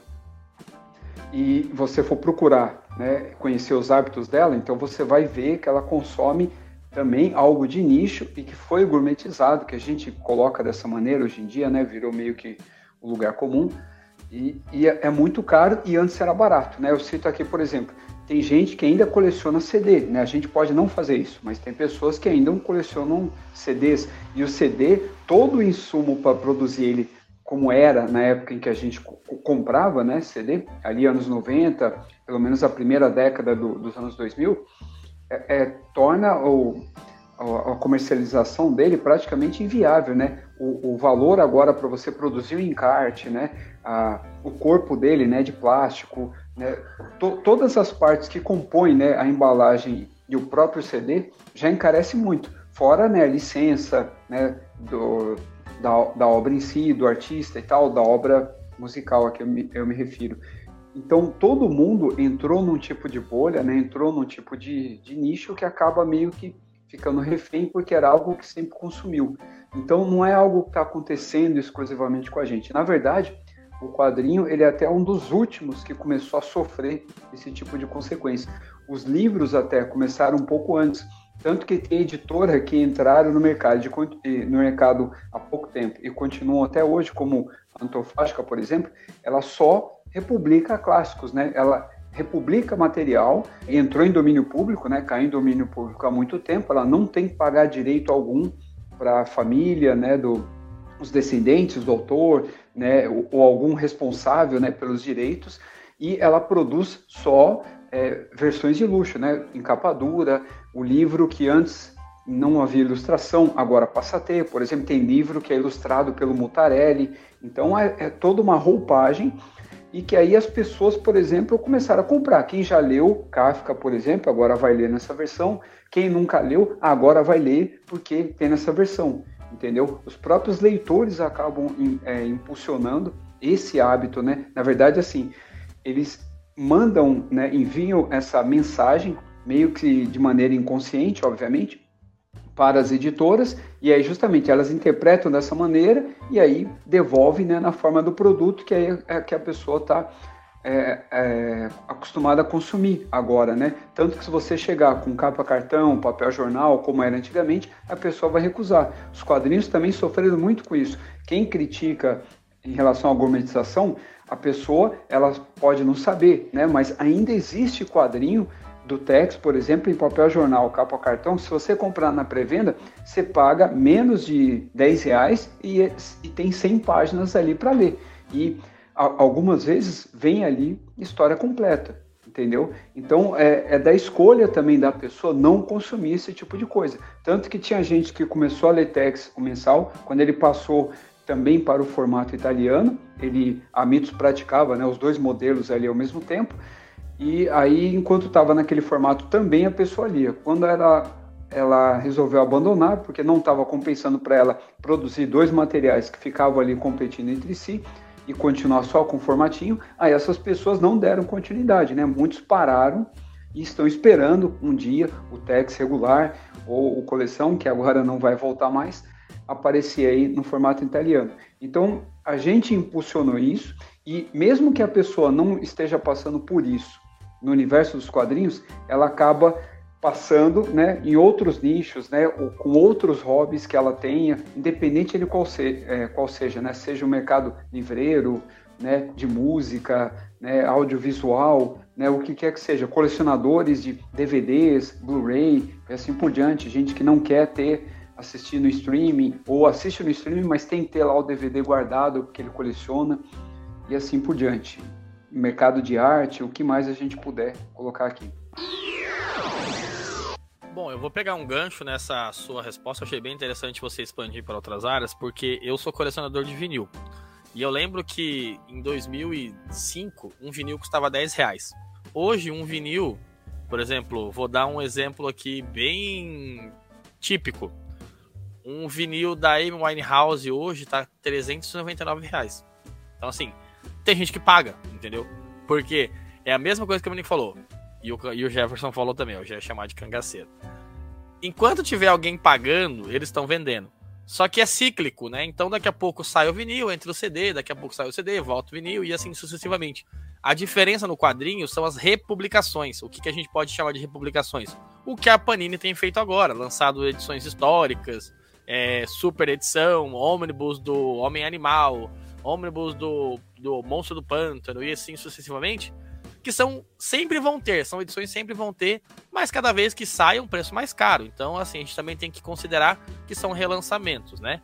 e você for procurar, né, conhecer os hábitos dela, então você vai ver que ela consome também algo de nicho e que foi gourmetizado, que a gente coloca dessa maneira hoje em dia, né, virou meio que um lugar comum, e, e é, é muito caro e antes era barato, né? Eu cito aqui, por exemplo, tem gente que ainda coleciona C D, né? A gente pode não fazer isso, mas tem pessoas que ainda colecionam C Ds, e o C D, todo o insumo para produzir ele como era na época em que a gente comprava, né, C D, ali anos noventa, pelo menos a primeira década do, dos anos dois mil, é, é, torna o, a, a comercialização dele praticamente inviável, né? O, o valor agora para você produzir o encarte, né, a, o corpo dele, né, de plástico, né, to, todas as partes que compõem, né, a embalagem e o próprio C D já encarece muito, fora, né, a licença, né, do... Da, da obra em si, do artista e tal, da obra musical a que eu me, eu me refiro. Então, todo mundo entrou num tipo de bolha, né? Entrou num tipo de, de nicho que acaba meio que ficando refém, porque era algo que sempre consumiu. Então, não é algo que está acontecendo exclusivamente com a gente. Na verdade, o quadrinho, ele é até um dos últimos que começou a sofrer esse tipo de consequência. Os livros até começaram um pouco antes, tanto que tem editora que entraram no mercado, de, no mercado há pouco tempo e continuam até hoje, como a Antofágica, por exemplo, ela só republica clássicos, né? Ela republica material, entrou em domínio público, né? Caiu em domínio público há muito tempo, ela não tem que pagar direito algum para a família, né, do, os descendentes do autor, né, ou, ou algum responsável, né, pelos direitos, e ela produz só é, versões de luxo, né, em capa dura. O livro que antes não havia ilustração, agora passa a ter. Por exemplo, tem livro que é ilustrado pelo Mutarelli. Então, é, é toda uma roupagem e que aí as pessoas, por exemplo, começaram a comprar. Quem já leu Kafka, por exemplo, agora vai ler nessa versão. Quem nunca leu, agora vai ler porque tem nessa versão, entendeu? Os próprios leitores acabam é, impulsionando esse hábito, né? Na verdade, assim, eles mandam, né, enviam essa mensagem, meio que de maneira inconsciente, obviamente, para as editoras, e aí justamente elas interpretam dessa maneira e aí devolvem, né, na forma do produto que, aí, é, que a pessoa está é, é, acostumada a consumir agora, né? Tanto que se você chegar com capa cartão, papel jornal, como era antigamente, a pessoa vai recusar. Os quadrinhos também sofreram muito com isso. Quem critica em relação à gourmetização, a pessoa ela pode não saber, né? Mas ainda existe quadrinho do Tex, por exemplo, em papel jornal, capa cartão. Se você comprar na pré-venda, você paga menos de dez reais e, e tem cem páginas ali para ler. E a, algumas vezes vem ali história completa, entendeu? Então é, é da escolha também da pessoa não consumir esse tipo de coisa. Tanto que tinha gente que começou a ler Tex, o mensal, quando ele passou também para o formato italiano, ele, a Mitos praticava, né, os dois modelos ali ao mesmo tempo. E aí, enquanto estava naquele formato, também a pessoa lia. Quando ela, ela resolveu abandonar, porque não estava compensando para ela produzir dois materiais que ficavam ali competindo entre si e continuar só com o formatinho, aí essas pessoas não deram continuidade, né? Muitos pararam e estão esperando um dia o Tex regular ou o coleção, que agora não vai voltar mais, aparecer aí no formato italiano. Então, a gente impulsionou isso e mesmo que a pessoa não esteja passando por isso no universo dos quadrinhos, ela acaba passando, né, em outros nichos, né, ou com outros hobbies que ela tenha, independente de qual, se, é, qual seja, né, seja o mercado livreiro, né, de música, né, audiovisual, né, o que quer que seja, colecionadores de D V Ds, Blu-ray, e assim por diante, gente que não quer ter, assistir no streaming, ou assiste no streaming, mas tem que ter lá o D V D guardado que ele coleciona, e assim por diante. Mercado de arte, o que mais a gente puder colocar aqui. Bom, eu vou pegar um gancho nessa sua resposta. Eu achei bem interessante você expandir para outras áreas, porque eu sou colecionador de vinil. E eu lembro que em dois mil e cinco, um vinil custava dez reais. Hoje, um vinil, por exemplo, vou dar um exemplo aqui bem típico. Um vinil da Amy Winehouse hoje está trezentos e noventa e nove reais. Então, assim, tem gente que paga, entendeu? Porque é a mesma coisa que o Monique falou. E o, e o Jefferson falou também, eu já ia chamar de cangaceiro. Enquanto tiver alguém pagando, eles estão vendendo. Só que é cíclico, né? Então daqui a pouco sai o vinil, entra o C D, daqui a pouco sai o C D, volta o vinil e assim sucessivamente. A diferença no quadrinho são as republicações. O que, que a gente pode chamar de republicações? O que a Panini tem feito agora, lançado edições históricas, é, super edição, ônibus do Homem-Animal, ônibus do, do Monstro do Pântano e assim sucessivamente, que são, sempre vão ter, são edições sempre vão ter, mas cada vez que sai é um preço mais caro. Então, assim, a gente também tem que considerar que são relançamentos, né?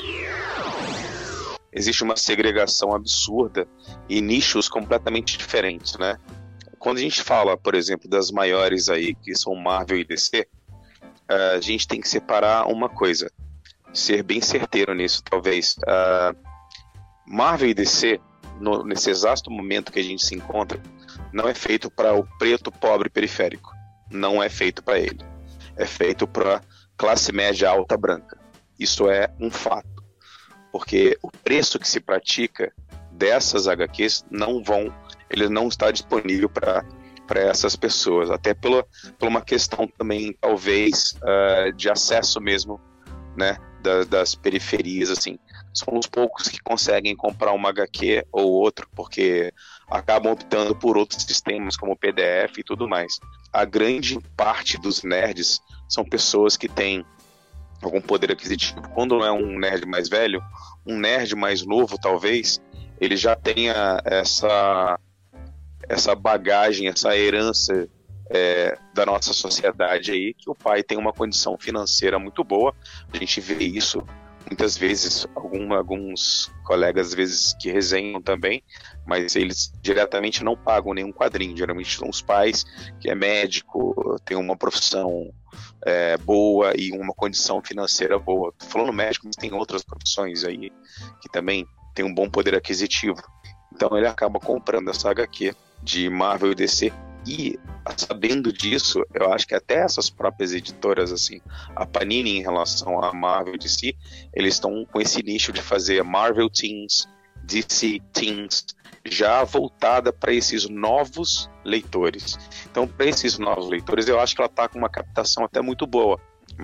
Existe uma segregação absurda e nichos completamente diferentes, né? Quando a gente fala, por exemplo, das maiores aí, que são Marvel e D C, a gente tem que separar uma coisa, ser bem certeiro nisso, talvez. Uh, Marvel e D C, no, nesse exato momento que a gente se encontra, não é feito para o preto pobre periférico. Não é feito para ele. É feito para classe média alta branca. Isso é um fato. Porque o preço que se pratica dessas H Qs não vão, ele não está disponível para para essas pessoas. Até pela, por uma questão também, talvez, uh, de acesso mesmo, né, da, das periferias, assim. São os poucos que conseguem comprar uma H Q ou outro, porque acabam optando por outros sistemas como P D F e tudo mais. A grande parte dos nerds são pessoas que têm algum poder aquisitivo. Quando não é um nerd mais velho, um nerd mais novo, talvez, ele já tenha essa, essa bagagem, essa herança é, da nossa sociedade aí, que o pai tem uma condição financeira muito boa. A gente vê isso muitas vezes, algum, alguns colegas às vezes que resenham também, mas eles diretamente não pagam nenhum quadrinho. Geralmente são os pais, que é médico, tem uma profissão é, boa e uma condição financeira boa. Tô falando médico, mas tem outras profissões aí que também tem um bom poder aquisitivo. Então ele acaba comprando essa agá quê de Marvel e D C. E sabendo disso, eu acho que até essas próprias editoras, assim, a Panini em relação a Marvel e D C, eles estão com esse nicho de fazer Marvel Teens, D C Teens, já voltada para esses novos leitores. Então, para esses novos leitores, eu acho que ela está com uma captação até muito boa.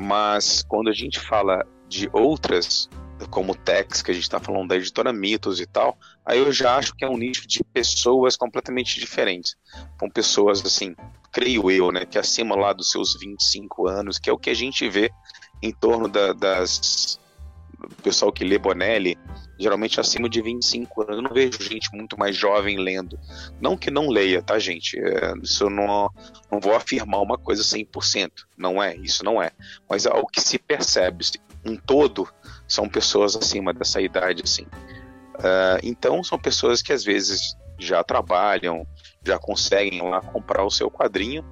Mas quando a gente fala de outras, como Tex, que a gente está falando da editora Mitos e tal, aí eu já acho que é um nicho de pessoas completamente diferentes. Com pessoas, assim, creio eu, né, que acima lá dos seus vinte e cinco anos, que é o que a gente vê em torno da, das... o pessoal que lê Bonelli, geralmente acima de vinte e cinco anos. Eu não vejo gente muito mais jovem lendo. Não que não leia, tá, gente? É, isso eu não, não vou afirmar uma coisa cem por cento. Não é, isso não é. Mas é o que se percebe, um todo, são pessoas acima dessa idade, assim. Uh, então, são pessoas que às vezes já trabalham, já conseguem lá comprar o seu quadrinho.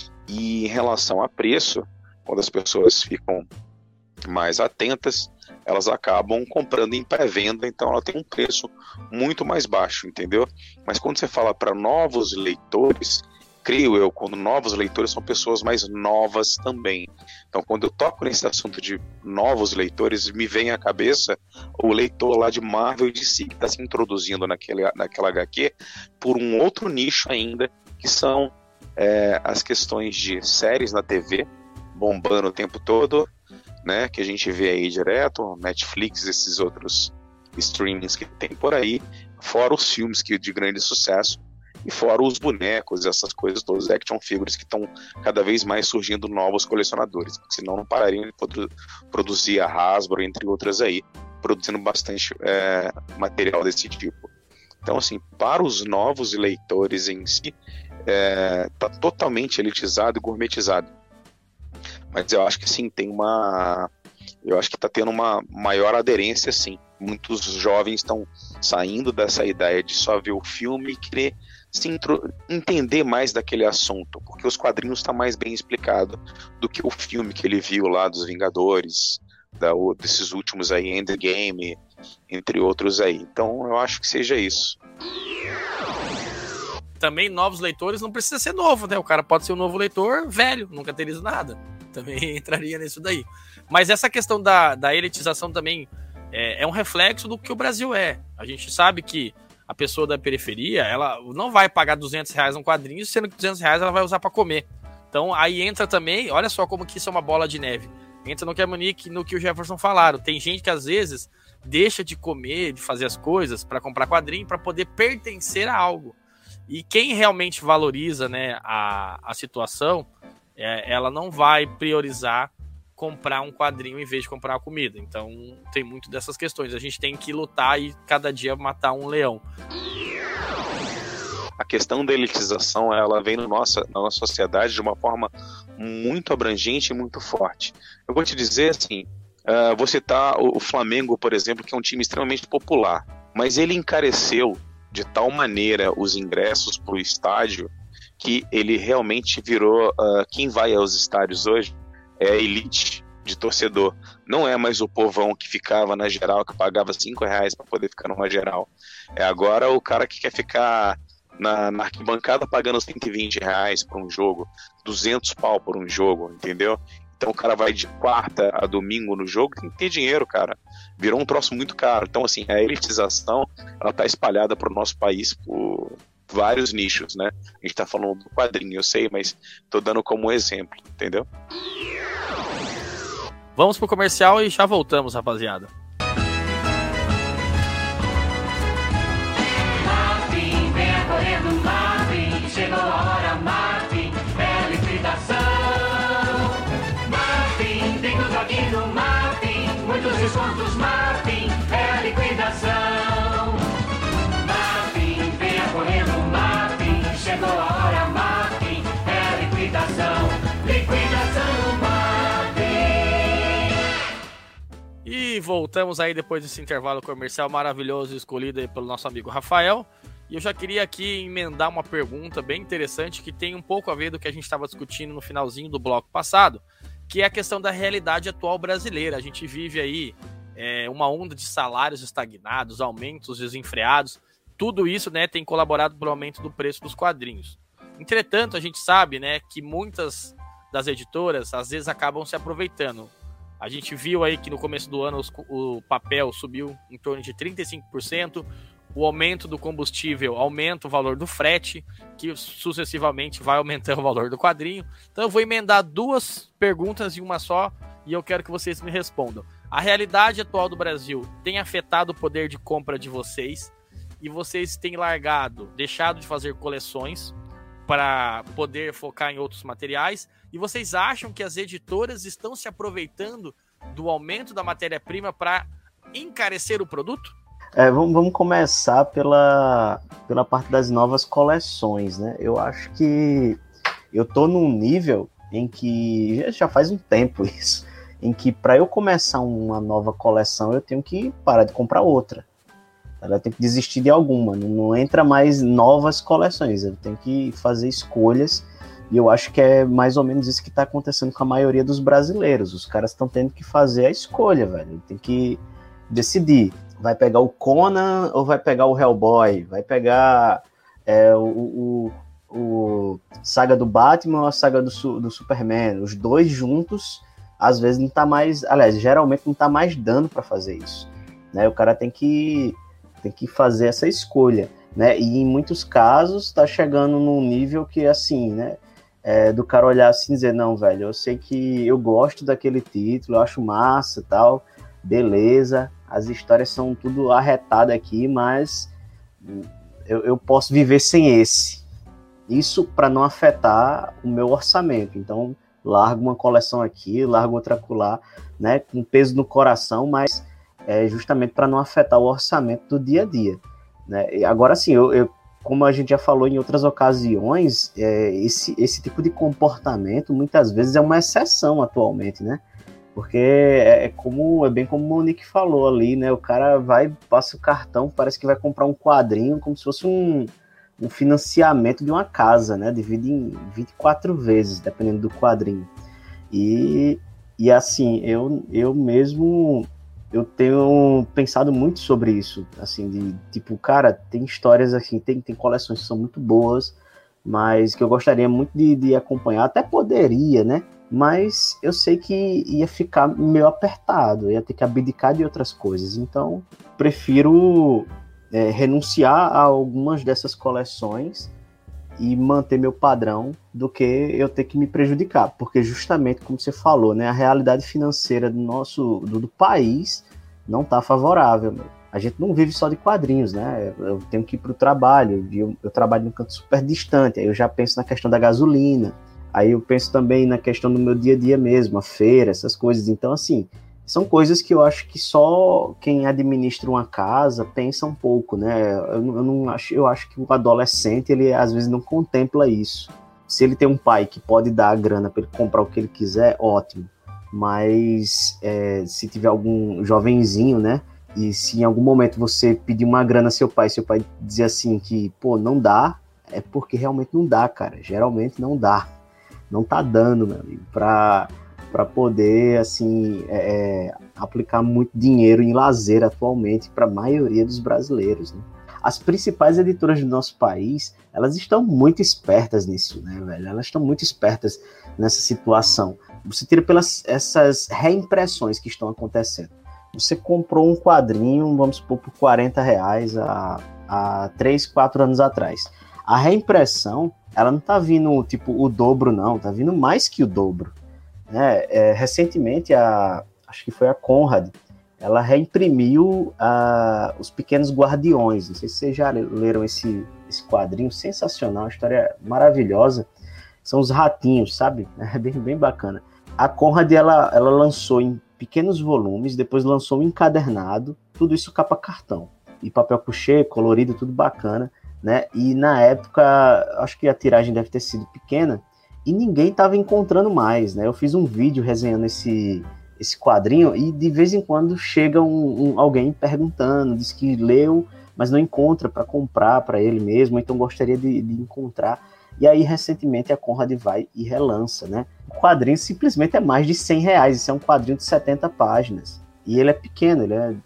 E em relação a preço, quando as pessoas ficam mais atentas, elas acabam comprando em pré-venda, então ela tem um preço muito mais baixo, entendeu? Mas quando você fala para novos leitores, creio eu, quando novos leitores são pessoas mais novas também. Então, quando eu toco nesse assunto de novos leitores, me vem à cabeça o leitor lá de Marvel e D C, que está se introduzindo naquele, naquela agá quê por um outro nicho ainda, que são é, as questões de séries na T V, bombando o tempo todo, né, que a gente vê aí direto, Netflix, esses outros streamings que tem por aí, fora os filmes que, de grande sucesso, e fora os bonecos, essas coisas todas, action figures que estão cada vez mais surgindo novos colecionadores, porque senão não parariam de produ- produzir a Hasbro, entre outras aí, produzindo bastante é, material desse tipo. Então, assim, para os novos leitores em si, está é, totalmente elitizado e gourmetizado. Mas eu acho que sim, tem uma... Eu acho que está tendo uma maior aderência, sim. Muitos jovens estão saindo dessa ideia de só ver o filme e querer se intro... entender mais daquele assunto, porque os quadrinhos estão tá mais bem explicado do que o filme que ele viu lá dos Vingadores, da... desses últimos aí, Endgame, entre outros aí. Então eu acho que seja isso. Também novos leitores não precisa ser novo, né? O cara pode ser um novo leitor velho, nunca ter lido nada. Também entraria nisso daí. Mas essa questão da, da elitização também é, é um reflexo do que o Brasil é. A gente sabe que a pessoa da periferia, ela não vai pagar duzentos reais num quadrinho, sendo que duzentos reais ela vai usar para comer. Então aí entra também, olha só como que isso é uma bola de neve. Entra no que a Monique, no que o Jefferson falaram. Tem gente que às vezes deixa de comer, de fazer as coisas para comprar quadrinho, para poder pertencer a algo. E quem realmente valoriza, né, a, a situação, é, ela não vai priorizar comprar um quadrinho em vez de comprar a comida. Então tem muito dessas questões. A gente tem que lutar e cada dia matar um leão. A questão da elitização, ela vem no nossa, na nossa sociedade de uma forma muito abrangente e muito forte. Eu vou te dizer assim, uh, vou citar o, o Flamengo, por exemplo, que é um time extremamente popular, mas ele encareceu de tal maneira os ingressos para o estádio que ele realmente virou, uh, quem vai aos estádios hoje é a elite de torcedor. Não é mais o povão que ficava na geral, que pagava cinco reais para poder ficar numa geral. É agora o cara que quer ficar na, na arquibancada pagando cento e vinte reais por um jogo, duzentos pau por um jogo, entendeu? Então o cara vai de quarta a domingo no jogo, tem que ter dinheiro, cara. Virou um troço muito caro. Então, assim, a elitização, ela tá espalhada pro nosso país por vários nichos, né? A gente tá falando do quadrinho, eu sei, mas tô dando como exemplo, entendeu? Vamos pro comercial e já voltamos, rapaziada. Martin, venha correndo, Martin. Chegou a hora, Martin. É liquidação. Martin, tem no joguinho, Martin. Muitos descontos, Martin. É liquidação. Martin, venha correndo, Martin. Chegou a hora, Martin. É liquidação. Liquidação, Martin. E voltamos aí depois desse intervalo comercial maravilhoso escolhido aí pelo nosso amigo Rafael. E eu já queria aqui emendar uma pergunta bem interessante que tem um pouco a ver do que a gente estava discutindo no finalzinho do bloco passado, que é a questão da realidade atual brasileira. A gente vive aí é, uma onda de salários estagnados, aumentos desenfreados, tudo isso, né, tem colaborado para o aumento do preço dos quadrinhos. Entretanto, a gente sabe, né, que muitas das editoras às vezes acabam se aproveitando. A gente viu aí que no começo do ano os, o papel subiu em torno de trinta e cinco por cento, o aumento do combustível aumenta o valor do frete, que sucessivamente vai aumentando o valor do quadrinho. Então eu vou emendar duas perguntas em uma só e eu quero que vocês me respondam. A realidade atual do Brasil tem afetado o poder de compra de vocês e vocês têm largado, deixado de fazer coleções para poder focar em outros materiais, e vocês acham que as editoras estão se aproveitando do aumento da matéria-prima para encarecer o produto? É, vamos, vamos começar pela, pela parte das novas coleções, né? Eu acho que eu tô num nível em que, já, já faz um tempo isso, em que para eu começar uma nova coleção eu tenho que parar de comprar outra. Ela tem que desistir de alguma, não, não entra mais novas coleções, eu tenho que fazer escolhas, e eu acho que é mais ou menos isso que está acontecendo com a maioria dos brasileiros. Os caras estão tendo que fazer a escolha, velho, tem que decidir, vai pegar o Conan ou vai pegar o Hellboy, vai pegar é, o, o, o saga do Batman ou a saga do, do Superman, os dois juntos, às vezes não tá mais, aliás, geralmente não tá mais dando para fazer isso, né? O cara tem que tem que fazer essa escolha, né? E em muitos casos tá chegando num nível que, assim, né? É, do cara olhar assim e dizer, não, velho, eu sei que eu gosto daquele título, eu acho massa e tal, beleza, as histórias são tudo arretadas aqui, mas eu, eu posso viver sem esse. Isso para não afetar o meu orçamento. Então, largo uma coleção aqui, largo outra acolá, né? Com peso no coração, mas é justamente para não afetar o orçamento do dia a dia, né? E agora sim, eu, eu, como a gente já falou em outras ocasiões, é, esse, esse tipo de comportamento muitas vezes é uma exceção atualmente, né? Porque é, é, como, é bem como o Monique falou ali, né? O cara vai, passa o cartão, parece que vai comprar um quadrinho como se fosse um, um financiamento de uma casa, né? Divide em vinte e quatro vezes, dependendo do quadrinho. E, e assim, eu, eu mesmo... eu tenho pensado muito sobre isso, assim, de tipo, cara, tem histórias assim, tem, tem coleções que são muito boas, mas que eu gostaria muito de, de acompanhar, até poderia, né? Mas eu sei que ia ficar meio apertado, ia ter que abdicar de outras coisas, então prefiro é, renunciar a algumas dessas coleções e manter meu padrão do que eu ter que me prejudicar, porque justamente como você falou, né, a realidade financeira do nosso do, do país não está favorável, meu. A gente não vive só de quadrinhos, né? Eu tenho que ir para o trabalho, eu, eu trabalho num canto super distante, aí eu já penso na questão da gasolina, aí eu penso também na questão do meu dia a dia mesmo, a feira, essas coisas. Então, assim, são coisas que eu acho que só quem administra uma casa pensa um pouco, né? Eu, eu, não acho, eu acho que o adolescente, ele às vezes não contempla isso. Se ele tem um pai que pode dar a grana para ele comprar o que ele quiser, ótimo. Mas é, se tiver algum jovenzinho, né? E se em algum momento você pedir uma grana a seu pai, seu pai dizer assim que, pô, não dá, é porque realmente não dá, cara. Geralmente não dá. Não tá dando, meu amigo, pra... para poder, assim, é, aplicar muito dinheiro em lazer atualmente para a maioria dos brasileiros, né? As principais editoras do nosso país, elas estão muito espertas nisso, né, velho? Elas estão muito espertas nessa situação. Você tira pelas essas reimpressões que estão acontecendo. Você comprou um quadrinho, vamos supor, por quarenta reais há, há três, quatro anos atrás. A reimpressão, ela não tá vindo, tipo, o dobro, não. Tá vindo mais que o dobro. É, é, recentemente, a, acho que foi a Conrad, ela reimprimiu a, os Pequenos Guardiões. Não sei se vocês já leram esse, esse quadrinho, sensacional, uma história maravilhosa. São os ratinhos, sabe? É bem, bem bacana. A Conrad, ela, ela lançou em pequenos volumes, depois lançou um encadernado, tudo isso capa cartão. E papel couché, colorido, tudo bacana, né? E na época, acho que a tiragem deve ter sido pequena, e ninguém estava encontrando mais, né? Eu fiz um vídeo resenhando esse, esse quadrinho e de vez em quando chega um, um, alguém perguntando, diz que leu, mas não encontra para comprar para ele mesmo, então gostaria de, de encontrar. E aí, recentemente, a Conrad vai e relança, né? O quadrinho simplesmente é mais de cem reais, isso é um quadrinho de setenta páginas. E ele é pequeno, ele é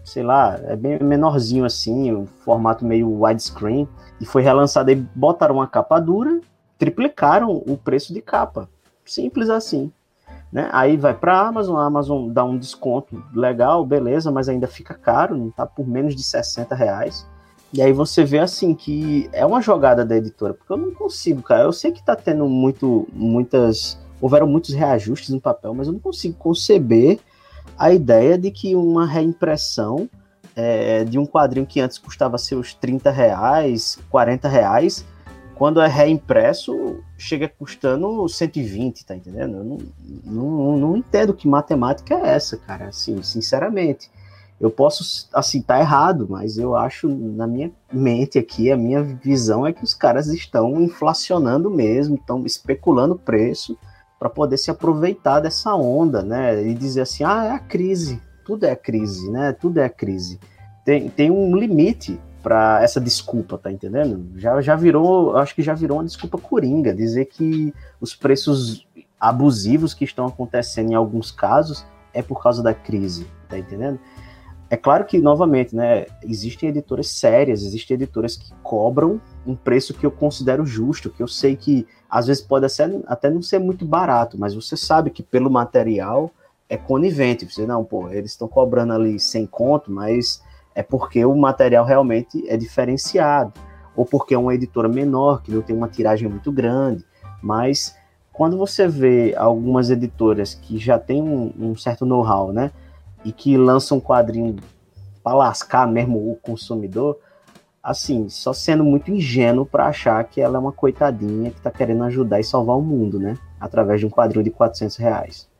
sei lá, é bem menorzinho assim, o formato meio widescreen, e foi relançado e botaram uma capa dura, triplicaram o preço de capa. Simples assim. Né? Aí vai para a Amazon, a Amazon dá um desconto legal, beleza, mas ainda fica caro, não tá por menos de sessenta reais. E aí você vê assim que é uma jogada da editora, porque eu não consigo, cara. Eu sei que tá tendo muito, muitas. Houveram muitos reajustes no papel, mas eu não consigo conceber a ideia de que uma reimpressão é, de um quadrinho que antes custava seus trinta reais, quarenta reais, quando é reimpresso, chega custando cento e vinte, tá entendendo? Eu não, não, não entendo que matemática é essa, cara, assim, sinceramente. Eu posso, assim, tá errado, mas eu acho, na minha mente aqui, a minha visão é que os caras estão inflacionando mesmo, estão especulando o preço para poder se aproveitar dessa onda, né? E dizer assim, ah, é a crise, tudo é a crise, né? Tudo é a crise. Tem, tem um limite para essa desculpa, tá entendendo? Já, já virou, acho que já virou uma desculpa coringa, dizer que os preços abusivos que estão acontecendo em alguns casos é por causa da crise, tá entendendo? É claro que, novamente, né, existem editoras sérias, existem editoras que cobram um preço que eu considero justo, que eu sei que às vezes pode até não ser muito barato, mas você sabe que pelo material é conivente. Você, não, pô, eles estão cobrando ali cem conto, mas é porque o material realmente é diferenciado, ou porque é uma editora menor, que não tem uma tiragem muito grande. Mas quando você vê algumas editoras que já têm um, um certo know-how, né, e que lançam um quadrinho para lascar mesmo o consumidor, assim, só sendo muito ingênuo para achar que ela é uma coitadinha que está querendo ajudar e salvar o mundo, né, através de um quadrinho de quatrocentos reais.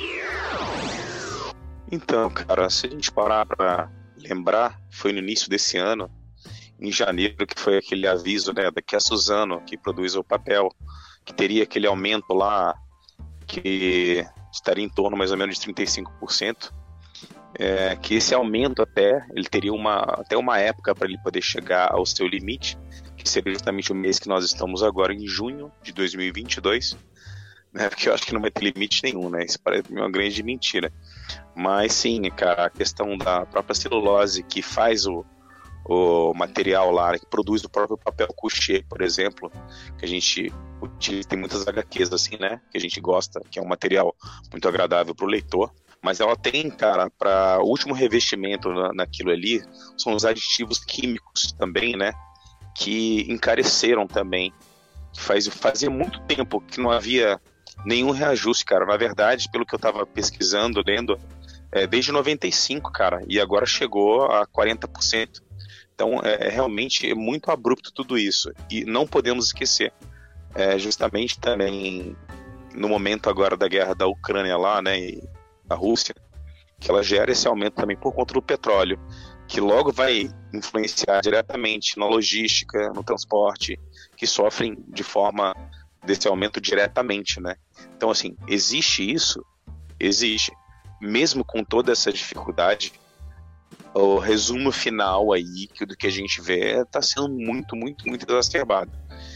Então, cara, se a gente parar para lembrar, foi no início desse ano, em janeiro, que foi aquele aviso, né, da que a Suzano, que produz o papel, que teria aquele aumento lá, que estaria em torno mais ou menos de trinta e cinco por cento, é, que esse aumento até, ele teria uma, até uma época para ele poder chegar ao seu limite, que seria justamente o mês que nós estamos agora, em junho de dois mil e vinte e dois, né, porque eu acho que não vai ter limite nenhum, né, isso parece uma grande mentira. Mas sim, cara, a questão da própria celulose que faz o, o material lá, que produz o próprio papel couché, por exemplo, que a gente utiliza, tem muitas agá quês assim, né, que a gente gosta, que é um material muito agradável para o leitor, mas ela tem, cara, para o último revestimento na, naquilo ali, são os aditivos químicos também, né, que encareceram também, que faz, fazia muito tempo que não havia nenhum reajuste, cara, na verdade, pelo que eu tava pesquisando, lendo, é, desde noventa e cinco, cara, e agora chegou a quarenta por cento. Então é, é realmente muito abrupto tudo isso. E não podemos esquecer, é, justamente também no momento agora da guerra da Ucrânia lá, né, e da Rússia, que ela gera esse aumento também por conta do petróleo, que logo vai influenciar diretamente na logística, no transporte, que sofrem de forma desse aumento diretamente, né? Então, assim, existe isso? Existe. Mesmo com toda essa dificuldade, o resumo final aí que, do que a gente vê está sendo muito, muito, muito exacerbado.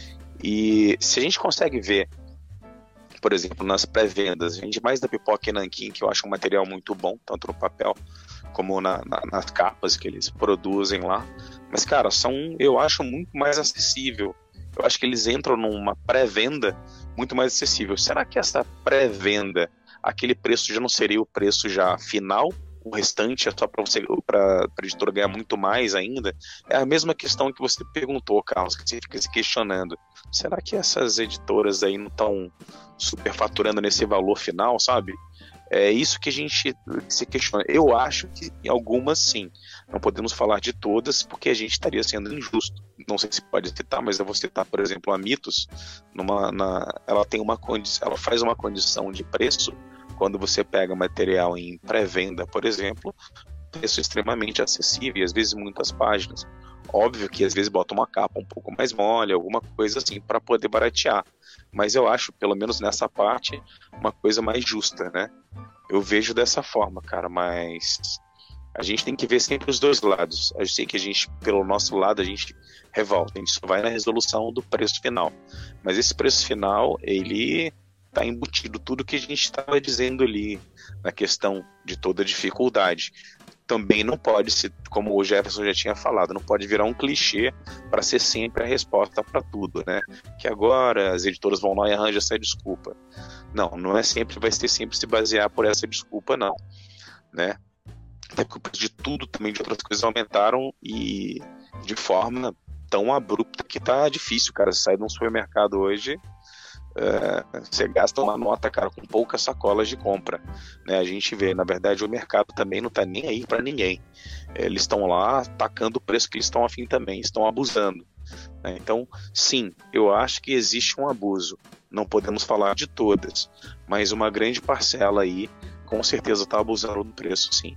E se a gente consegue ver, por exemplo, nas pré-vendas, a gente mais da Pipoca e Nanquim, que eu acho um material muito bom, tanto no papel como na, na, nas capas que eles produzem lá, mas, cara, são, eu acho muito mais acessível. Eu acho que eles entram numa pré-venda muito mais acessível. Será que essa pré-venda, aquele preço já não seria o preço já final? O restante é só para você, para a editora ganhar muito mais ainda? É a mesma questão que você perguntou, Carlos, que você fica se questionando. Será que essas editoras aí não estão superfaturando nesse valor final, sabe? É isso que a gente se questiona. Eu acho que em algumas sim. Não podemos falar de todas, porque a gente estaria sendo injusto. Não sei se pode citar, mas eu vou citar, por exemplo, a Mitos. Numa, na, ela, tem uma condi- ela faz uma condição de preço, quando você pega material em pré-venda, por exemplo, preço extremamente acessível, e às vezes muitas páginas. Óbvio que às vezes bota uma capa um pouco mais mole, alguma coisa assim, para poder baratear. Mas eu acho, pelo menos nessa parte, uma coisa mais justa, né? Eu vejo dessa forma, cara, mas a gente tem que ver sempre os dois lados. Eu sei que a gente, pelo nosso lado, a gente revolta, a gente só vai na resolução do preço final. Mas esse preço final, ele está embutido tudo que a gente estava dizendo ali, na questão de toda a dificuldade. também não pode ser, como o Jefferson já tinha falado, não pode virar um clichê para ser sempre a resposta para tudo, né? Que agora as editoras vão lá e arranjam essa desculpa. Não, não é sempre, vai ser sempre se basear por essa desculpa, não, né? Até porque o preço de tudo também, de outras coisas, aumentaram e de forma tão abrupta que tá difícil, cara. Você sai de um supermercado hoje, uh, você gasta uma nota, cara, com poucas sacolas de compra, né? A gente vê, na verdade, o mercado também não tá nem aí para ninguém. Eles estão lá tacando o preço que eles estão afim também, estão abusando, né? Então, sim, eu acho que existe um abuso. Não podemos falar de todas, mas uma grande parcela aí, com certeza, tá abusando do preço, sim.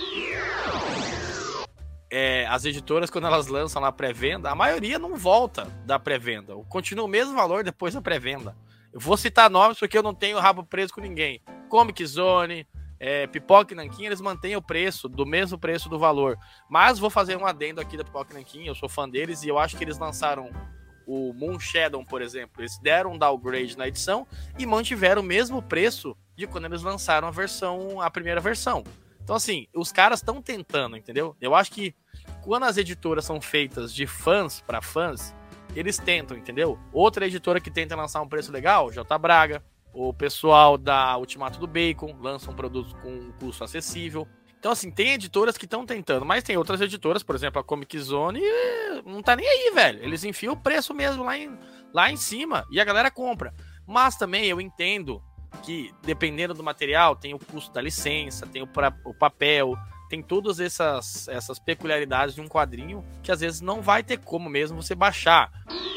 É, as editoras, quando elas lançam na pré-venda, a maioria não volta da pré-venda. Continua o mesmo valor depois da pré-venda. Eu vou citar nomes porque eu não tenho rabo preso com ninguém. Comic Zone, é, Pipoca e Nanquim, eles mantêm o preço, do mesmo preço do valor. Mas vou fazer um adendo aqui da Pipoca e Nanquim, eu sou fã deles e eu acho que eles lançaram o Moon Shadow, por exemplo. Eles deram um downgrade na edição e mantiveram o mesmo preço de quando eles lançaram a versão, a primeira versão. Então, assim, os caras estão tentando, entendeu? Eu acho que quando as editoras são feitas de fãs para fãs, eles tentam, entendeu? Outra editora que tenta lançar um preço legal, J. Braga, o pessoal da Ultimato do Bacon lança um produto com um custo acessível. Então, assim, tem editoras que estão tentando, mas tem outras editoras, por exemplo, a Comic Zone, não tá nem aí, velho. Eles enfiam o preço mesmo lá em, lá em cima e a galera compra. Mas também eu entendo que, dependendo do material, tem o custo da licença, tem o, pra, o papel, tem todas essas, essas peculiaridades de um quadrinho que às vezes não vai ter como mesmo você baixar.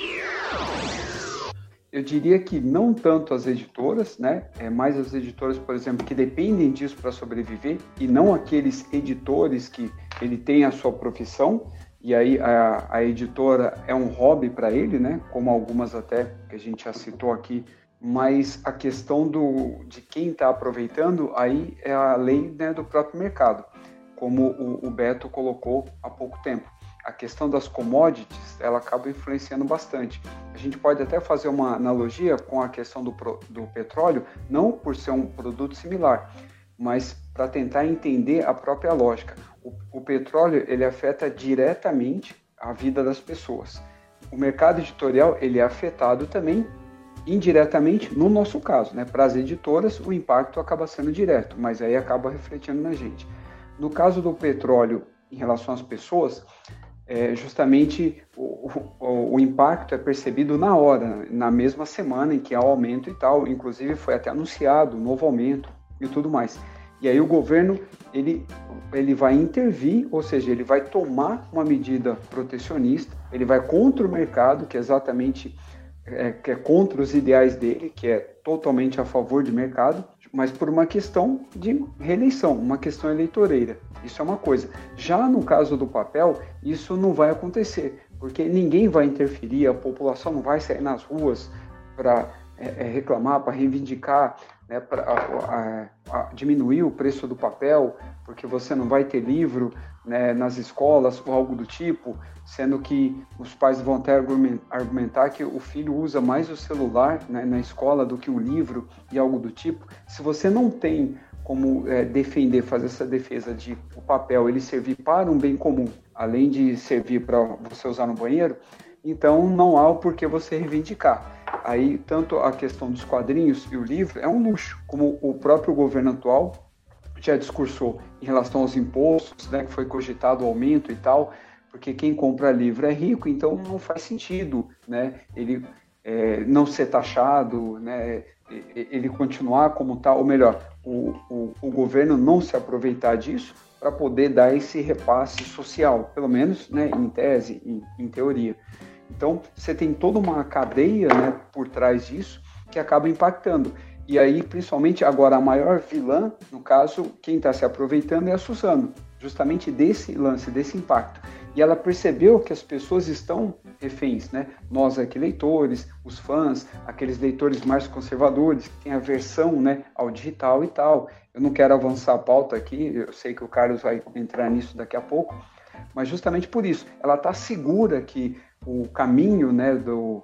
Eu diria que não tanto as editoras, né? É mais as editoras, por exemplo, que dependem disso para sobreviver, e não aqueles editores que ele tem a sua profissão, e aí a, a editora é um hobby para ele, né? Como algumas até que a gente já citou aqui. Mas a questão do, de quem está aproveitando, aí é a lei, né, do próprio mercado, como o, o Beto colocou há pouco tempo. A questão das commodities, ela acaba influenciando bastante. A gente pode até fazer uma analogia com a questão do, do petróleo, não por ser um produto similar, mas para tentar entender a própria lógica. O, o petróleo, ele afeta diretamente a vida das pessoas. O mercado editorial, ele é afetado também indiretamente, no nosso caso, né? Para as editoras, o impacto acaba sendo direto, mas aí acaba refletindo na gente. No caso do petróleo, em relação às pessoas, é, justamente o, o, o impacto é percebido na hora, na mesma semana em que há o aumento e tal. Inclusive, foi até anunciado um novo aumento e tudo mais. E aí o governo, ele, ele vai intervir, ou seja, ele vai tomar uma medida protecionista, ele vai contra o mercado, que é exatamente... É, que é contra os ideais dele, que é totalmente a favor de mercado, mas por uma questão de reeleição, uma questão eleitoreira. Isso é uma coisa. Já no caso do papel, isso não vai acontecer, porque ninguém vai interferir, a população não vai sair nas ruas para é, é, reclamar, para reivindicar, né, para diminuir o preço do papel, porque você não vai ter livro, né, nas escolas ou algo do tipo, sendo que os pais vão até argumentar que o filho usa mais o celular, né, na escola do que o livro e algo do tipo. Se você não tem como é, defender, fazer essa defesa de o papel ele servir para um bem comum, além de servir para você usar no banheiro, então não há o porquê você reivindicar. Aí, tanto a questão dos quadrinhos e o livro é um luxo, como o próprio governo atual já discursou em relação aos impostos, né, que foi cogitado o aumento e tal, porque quem compra livro é rico, então não faz sentido, né, ele é, não ser taxado, né, ele continuar como tal, ou melhor, o, o, o governo não se aproveitar disso para poder dar esse repasse social, pelo menos, né, em tese, em, em teoria. Então, você tem toda uma cadeia, né, por trás disso que acaba impactando. E aí, principalmente agora, a maior vilã, no caso, quem está se aproveitando é a Suzano, justamente desse lance, desse impacto. E ela percebeu que as pessoas estão reféns, né? Nós aqui, leitores, os fãs, aqueles leitores mais conservadores, que têm aversão, né, ao digital e tal. Eu não quero avançar a pauta aqui, eu sei que o Carlos vai entrar nisso daqui a pouco, mas justamente por isso, ela está segura que o caminho, né, do...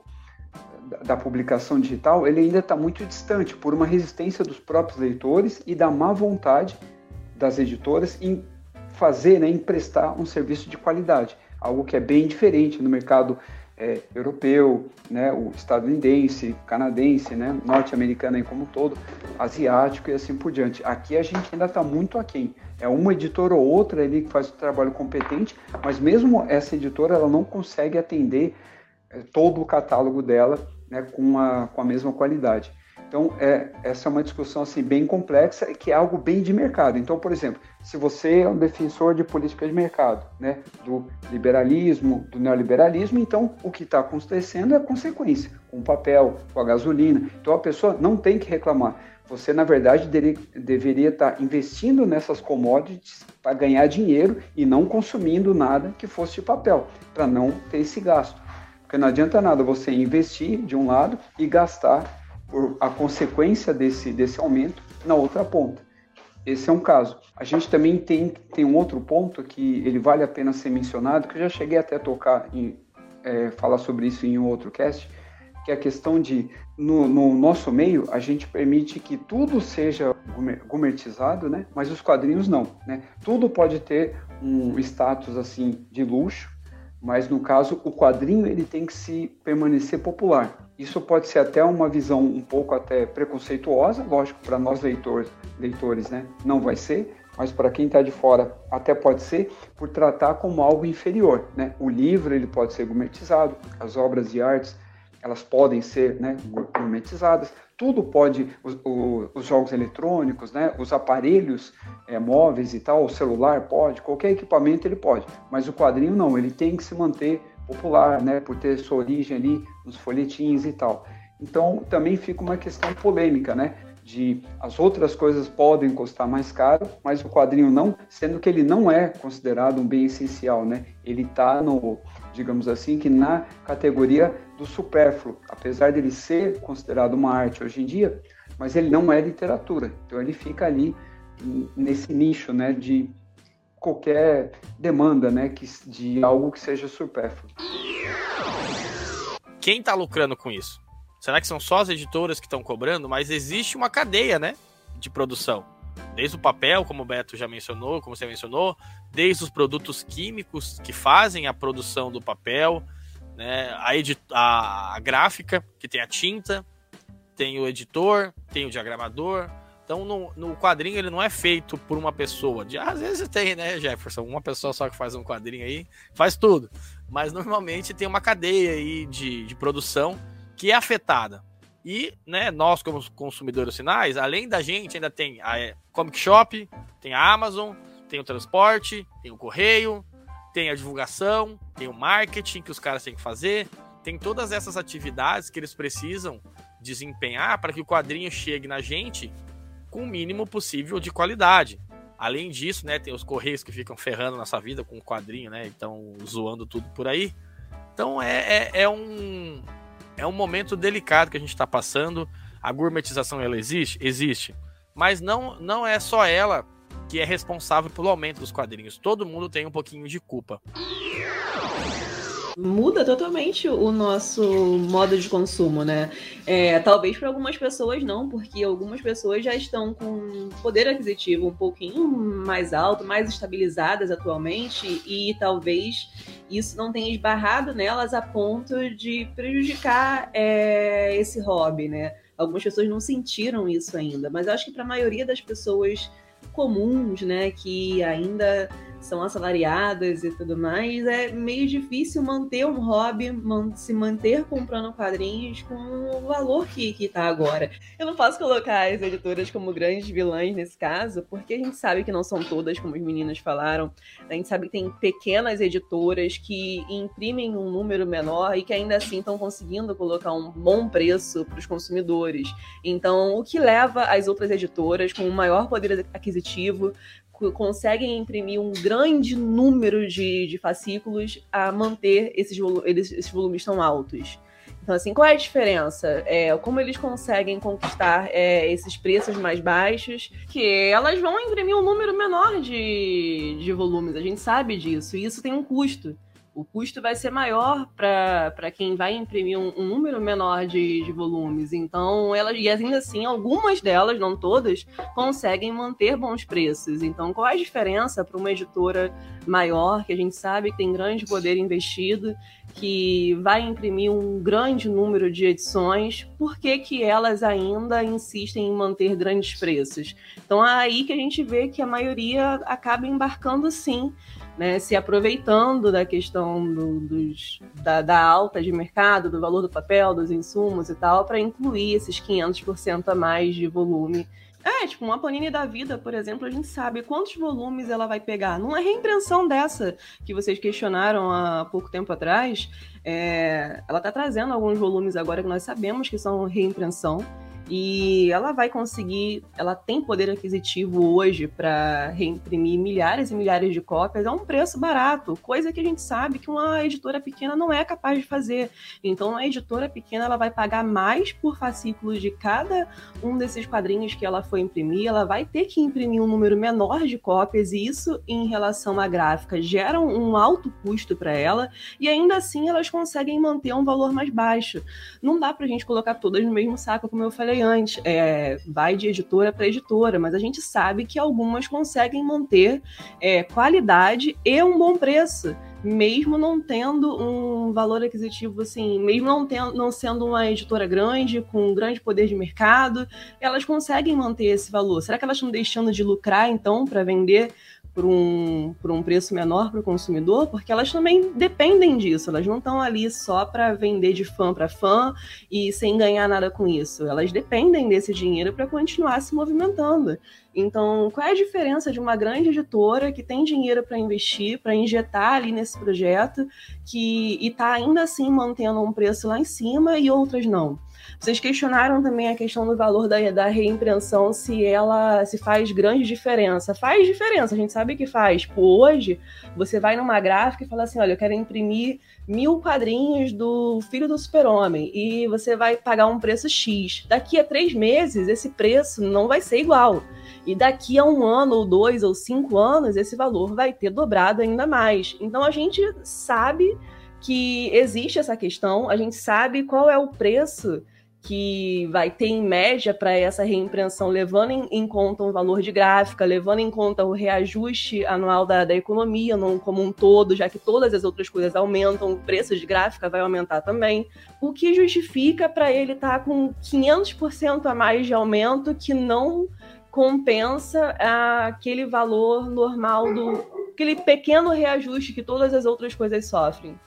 da publicação digital, ele ainda está muito distante por uma resistência dos próprios leitores e da má vontade das editoras em fazer, né, em prestar um serviço de qualidade, algo que é bem diferente no mercado é, europeu, né, o estadunidense, canadense, né, norte-americano aí como um todo, asiático e assim por diante. Aqui a gente ainda está muito aquém. É uma editora ou outra ali que faz um trabalho competente, mas mesmo essa editora ela não consegue atender é, todo o catálogo dela, né, com, a, com a mesma qualidade. Então, é, essa é uma discussão assim, bem complexa e que é algo bem de mercado. Então, por exemplo, se você é um defensor de política de mercado, né, do liberalismo, do neoliberalismo, então o que está acontecendo é a consequência, com o papel, com a gasolina. Então, a pessoa não tem que reclamar. Você, na verdade, dele, deveria estar investindo nessas commodities para ganhar dinheiro e não consumindo nada que fosse de papel, para não ter esse gasto. Porque não adianta nada você investir de um lado e gastar por a consequência desse, desse aumento na outra ponta. Esse é um caso. A gente também tem, tem um outro ponto que ele vale a pena ser mencionado, que eu já cheguei até a tocar, em, é, falar sobre isso em um outro cast, que é a questão de, no, no nosso meio, a gente permite que tudo seja gourmetizado, né? Mas os quadrinhos não, né? Tudo pode ter um status assim de luxo, mas no caso o quadrinho ele tem que se permanecer popular. Isso pode ser até uma visão um pouco até preconceituosa, lógico, para nós leitores, leitores, né? Não vai ser, mas para quem está de fora até pode ser, por tratar como algo inferior, né? O livro ele pode ser gourmetizado, as obras de artes elas podem ser, né, gourmetizadas, tudo pode, os, os jogos eletrônicos, né, os aparelhos é, móveis e tal, o celular pode, qualquer equipamento ele pode, mas o quadrinho não, ele tem que se manter popular, né, por ter sua origem ali nos folhetins e tal. Então também fica uma questão polêmica, né, de as outras coisas podem custar mais caro, mas o quadrinho não, sendo que ele não é considerado um bem essencial, né? Ele está no, digamos assim, que na categoria do supérfluo, apesar dele ser considerado uma arte hoje em dia, mas ele não é literatura, então ele fica ali nesse nicho, né, de qualquer demanda, né, que, de algo que seja supérfluo. Quem está lucrando com isso? Será que são só as editoras que estão cobrando? Mas existe uma cadeia, né, de produção. Desde o papel, como o Beto já mencionou, como você mencionou, desde os produtos químicos que fazem a produção do papel, né, a, edit- a, a gráfica, que tem a tinta, tem o editor, tem o diagramador. Então, no, no quadrinho, ele não é feito por uma pessoa. De, às vezes tem, né, Jefferson? Uma pessoa só que faz um quadrinho aí, faz tudo. Mas, normalmente, tem uma cadeia aí de, de produção que é afetada. E, né, nós, como consumidores finais, além da gente, ainda tem a Comic Shop, tem a Amazon, tem o transporte, tem o correio, tem a divulgação, tem o marketing que os caras têm que fazer, tem todas essas atividades que eles precisam desempenhar para que o quadrinho chegue na gente com o mínimo possível de qualidade. Além disso, né, tem os correios que ficam ferrando nossa vida com o quadrinho, né, então zoando tudo por aí. Então é, é, é um... É um momento delicado que a gente está passando. A gourmetização, ela existe? Existe. Mas não, não é só ela que é responsável pelo aumento dos quadrinhos. Todo mundo tem um pouquinho de culpa. Muda totalmente o nosso modo de consumo, né? É, talvez para algumas pessoas não, porque algumas pessoas já estão com poder aquisitivo um pouquinho mais alto, mais estabilizadas atualmente, e talvez isso não tenha esbarrado nelas a ponto de prejudicar é, esse hobby, né? Algumas pessoas não sentiram isso ainda, mas eu acho que para a maioria das pessoas comuns, né, que ainda são assalariadas e tudo mais, é meio difícil manter um hobby, man- se manter comprando quadrinhos com o valor que, que tá agora. Eu não posso colocar as editoras como grandes vilãs nesse caso, porque a gente sabe que não são todas, como os meninos falaram. A gente sabe que tem pequenas editoras que imprimem um número menor e que ainda assim estão conseguindo colocar um bom preço para os consumidores. Então, o que leva as outras editoras com um maior poder aquisitivo conseguem imprimir um grande número de, de fascículos a manter esses, volu- eles, esses volumes tão altos. Então, assim, qual é a diferença? É, como eles conseguem conquistar é, esses preços mais baixos, que elas vão imprimir um número menor de, de volumes, a gente sabe disso, e isso tem um custo. O custo vai ser maior para quem vai imprimir um, um número menor de, de volumes. Então, elas, e ainda assim, algumas delas, não todas, conseguem manter bons preços. Então, qual é a diferença para uma editora maior, que a gente sabe que tem grande poder investido, que vai imprimir um grande número de edições, por que que elas ainda insistem em manter grandes preços? Então, é aí que a gente vê que a maioria acaba embarcando sim, né, se aproveitando da questão do, dos, da, da alta de mercado, do valor do papel, dos insumos e tal, para incluir esses quinhentos por cento a mais de volume. É, tipo, uma Panini da vida, por exemplo, a gente sabe quantos volumes ela vai pegar. Numa reimpressão dessa que vocês questionaram há pouco tempo atrás, é, ela está trazendo alguns volumes agora que nós sabemos que são reimpressão. E ela vai conseguir, ela tem poder aquisitivo hoje para reimprimir milhares e milhares de cópias a um preço barato, coisa que a gente sabe que uma editora pequena não é capaz de fazer. Então, a editora pequena ela vai pagar mais por fascículos de cada um desses quadrinhos que ela for imprimir, ela vai ter que imprimir um número menor de cópias, e isso, em relação à gráfica, gera um alto custo para ela, e ainda assim elas conseguem manter um valor mais baixo. Não dá para a gente colocar todas no mesmo saco, como eu falei antes, é, vai de editora para editora, mas a gente sabe que algumas conseguem manter é, qualidade e um bom preço, mesmo não tendo um valor aquisitivo assim, mesmo não, tendo, não sendo uma editora grande, com um grande poder de mercado, elas conseguem manter esse valor. Será que elas estão deixando de lucrar, então, para vender por um, por um preço menor para o consumidor? Porque elas também dependem disso, elas não estão ali só para vender de fã para fã e sem ganhar nada com isso, elas dependem desse dinheiro para continuar se movimentando. Então, qual é a diferença de uma grande editora que tem dinheiro para investir, para injetar ali nesse projeto, que está ainda assim mantendo um preço lá em cima e outras não? Vocês questionaram também a questão do valor da, da reimpressão, se ela se faz grande diferença. Faz diferença, a gente sabe que faz. Tipo, hoje, você vai numa gráfica e fala assim, olha, eu quero imprimir mil quadrinhos do Filho do Super-Homem, e você vai pagar um preço X. Daqui a três meses, esse preço não vai ser igual. E daqui a um ano, ou dois, ou cinco anos, esse valor vai ter dobrado ainda mais. Então, a gente sabe que existe essa questão, a gente sabe qual é o preço que vai ter em média para essa reimpressão, levando em, em conta um valor de gráfica, levando em conta o reajuste anual da, da economia no, como um todo, já que todas as outras coisas aumentam, o preço de gráfica vai aumentar também, o que justifica para ele estar tá com quinhentos por cento a mais de aumento, que não compensa aquele valor normal, do aquele pequeno reajuste que todas as outras coisas sofrem.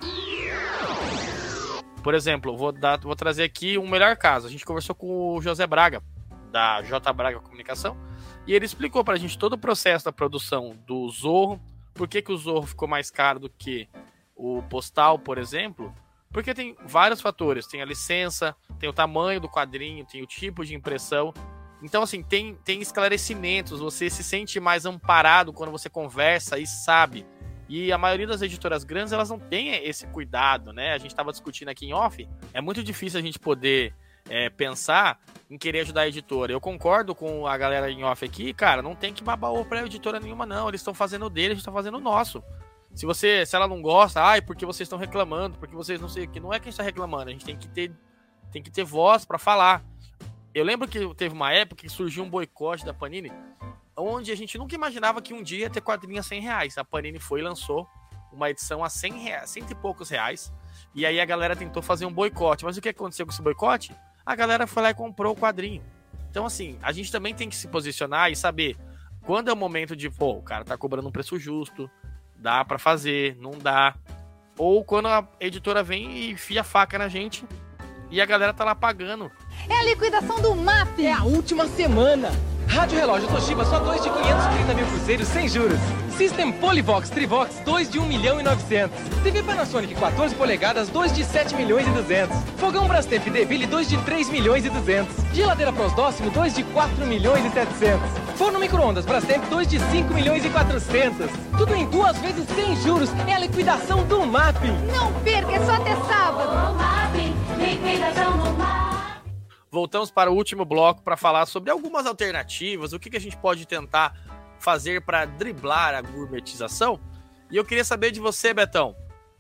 Por exemplo, vou, dar, vou trazer aqui um melhor caso. A gente conversou com o José Braga, da J Braga Comunicação, e ele explicou pra gente todo o processo da produção do Zorro, por que, que o Zorro ficou mais caro do que o Postal, por exemplo, porque tem vários fatores. Tem a licença, tem o tamanho do quadrinho, tem o tipo de impressão. Então, assim, tem, tem esclarecimentos, você se sente mais amparado quando você conversa e sabe. E a maioria das editoras grandes, elas não têm esse cuidado, né? A gente estava discutindo aqui em off, é muito difícil a gente poder é, pensar em querer ajudar a editora. Eu concordo com a galera em off aqui, cara, não tem que babar ovo pra editora nenhuma, não. Eles estão fazendo o dele, a gente está fazendo o nosso. Se você, se ela não gosta, ai, porque vocês estão reclamando, porque vocês não sei o que, não é quem está reclamando, a gente tem que ter, tem que ter voz para falar. Eu lembro que teve uma época que surgiu um boicote da Panini, onde a gente nunca imaginava que um dia ia ter quadrinho a cem reais. A Panini foi e lançou uma edição a cem reais, cento e poucos reais, e aí a galera tentou fazer um boicote. Mas o que aconteceu com esse boicote? A galera foi lá e comprou o quadrinho. Então, assim, a gente também tem que se posicionar e saber quando é o momento de, pô, o cara tá cobrando um preço justo, dá pra fazer, não dá. Ou quando a editora vem e enfia a faca na gente e a galera tá lá pagando. É a liquidação do M A P! É a última semana! Rádio Relógio Toshiba, só dois de quinhentos e trinta mil cruzeiros sem juros. System Polivox Trivox, dois de um milhão e novecentos. T V Panasonic quatorze polegadas, dois de sete milhões e duzentos. Fogão Brastemp Deville, dois de três milhões e duzentos. Geladeira Prosdóximo, dois de quatro milhões e setecentos. Forno micro-ondas Brastemp, dois de cinco milhões e quatrocentos. Tudo em duas vezes sem juros. É a liquidação do M A P. Não perca, é só até sábado. M A P, liquidação do M A P. Voltamos para o último bloco para falar sobre algumas alternativas, o que, que a gente pode tentar fazer para driblar a gourmetização. E eu queria saber de você, Betão,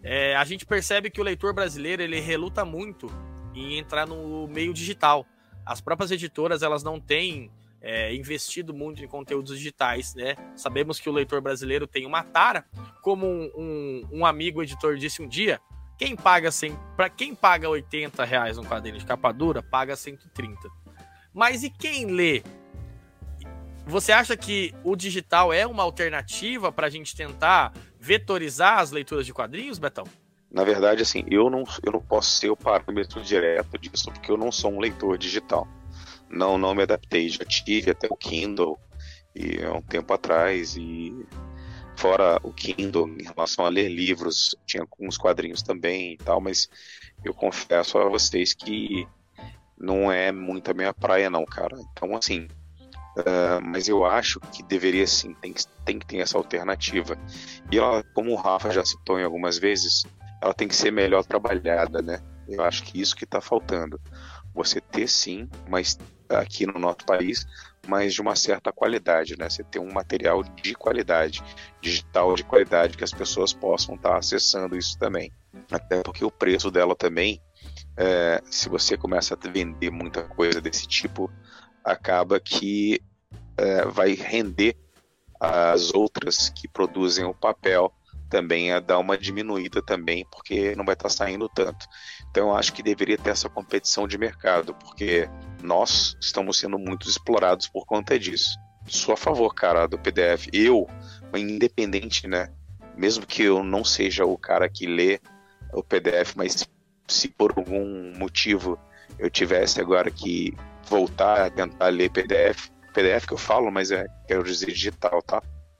é, a gente percebe que o leitor brasileiro ele reluta muito em entrar no meio digital. As próprias editoras elas não têm é, investido muito em conteúdos digitais, né? Sabemos que o leitor brasileiro tem uma tara, como um, um, um amigo editor disse um dia, quem paga cem, para quem paga oitenta reais um quadrinho de capa dura, paga cento e trinta. Mas e quem lê? Você acha que o digital é uma alternativa para a gente tentar vetorizar as leituras de quadrinhos, Betão? Na verdade, assim, eu não, eu não posso ser o parâmetro direto disso, porque eu não sou um leitor digital. Não, não me adaptei, já tive até o Kindle e há um tempo atrás, e fora o Kindle, em relação a ler livros, tinha alguns quadrinhos também e tal, mas eu confesso a vocês que não é muito a minha praia não, cara. Então, assim, uh, mas eu acho que deveria sim, tem, tem que ter essa alternativa. E ela, como o Rafa já citou em algumas vezes, ela tem que ser melhor trabalhada, né? Eu acho que isso que está faltando. Você ter sim, mas aqui no nosso país, mas de uma certa qualidade, né? Você ter um material de qualidade, digital de qualidade, que as pessoas possam estar acessando isso também. Até porque o preço dela também, é, se você começa a vender muita coisa desse tipo, acaba que é, vai render as outras que produzem o papel também a dar uma diminuída também, porque não vai estar saindo tanto. Então eu acho que deveria ter essa competição de mercado, porque nós estamos sendo muito explorados por conta disso. Sou a favor, cara, do P D F. Eu, independente, né? Mesmo que eu não seja o cara que lê o P D F, mas se por algum motivo eu tivesse agora que voltar a tentar ler P D F, P D F que eu falo, mas é, quero dizer digital, tá?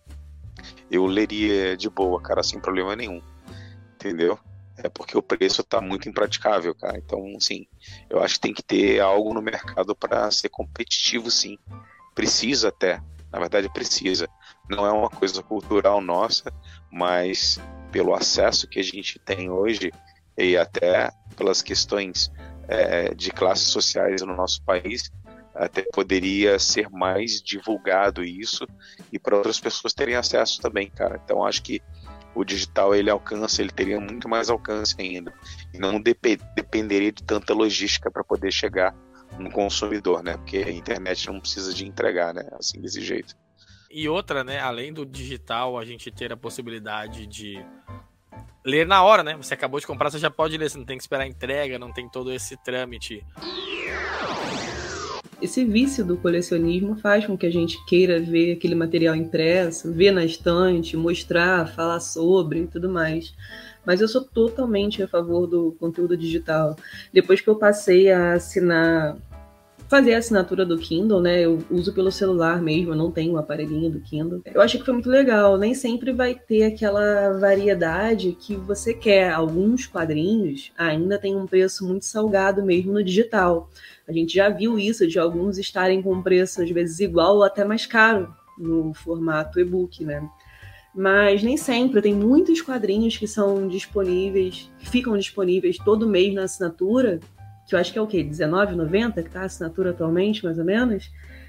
Eu leria de boa, cara, sem problema nenhum, entendeu? É porque o preço tá muito impraticável, cara. Então, assim, eu acho que tem que ter algo no mercado para ser competitivo, sim. Precisa até, na verdade precisa. Não é uma coisa cultural nossa, mas pelo acesso que a gente tem hoje e até pelas questões é, de classes sociais no nosso país, até poderia ser mais divulgado isso e para outras pessoas terem acesso também, cara. Então acho que o digital ele alcança, ele teria muito mais alcance ainda e não dep- dependeria de tanta logística para poder chegar no consumidor, né? Porque a internet não precisa de entregar, né? Assim, desse jeito. E outra, né? Além do digital, a gente ter a possibilidade de ler na hora, né? Você acabou de comprar, você já pode ler, você não tem que esperar a entrega, não tem todo esse trâmite. Esse vício do colecionismo faz com que a gente queira ver aquele material impresso, ver na estante, mostrar, falar sobre e tudo mais. Mas eu sou totalmente a favor do conteúdo digital. Depois que eu passei a assinar, fazer a assinatura do Kindle, né? Eu uso pelo celular mesmo, eu não tenho o aparelhinho do Kindle. Eu achei que foi muito legal. Nem sempre vai ter aquela variedade que você quer. Alguns quadrinhos ainda tem um preço muito salgado mesmo no digital. A gente já viu isso, de alguns estarem com preço às vezes igual ou até mais caro no formato e-book, né? Mas nem sempre, tem muitos quadrinhos que são disponíveis, que ficam disponíveis todo mês na assinatura, que eu acho que é o quê? dezenove reais e noventa centavos, que tá a assinatura atualmente, mais ou menos,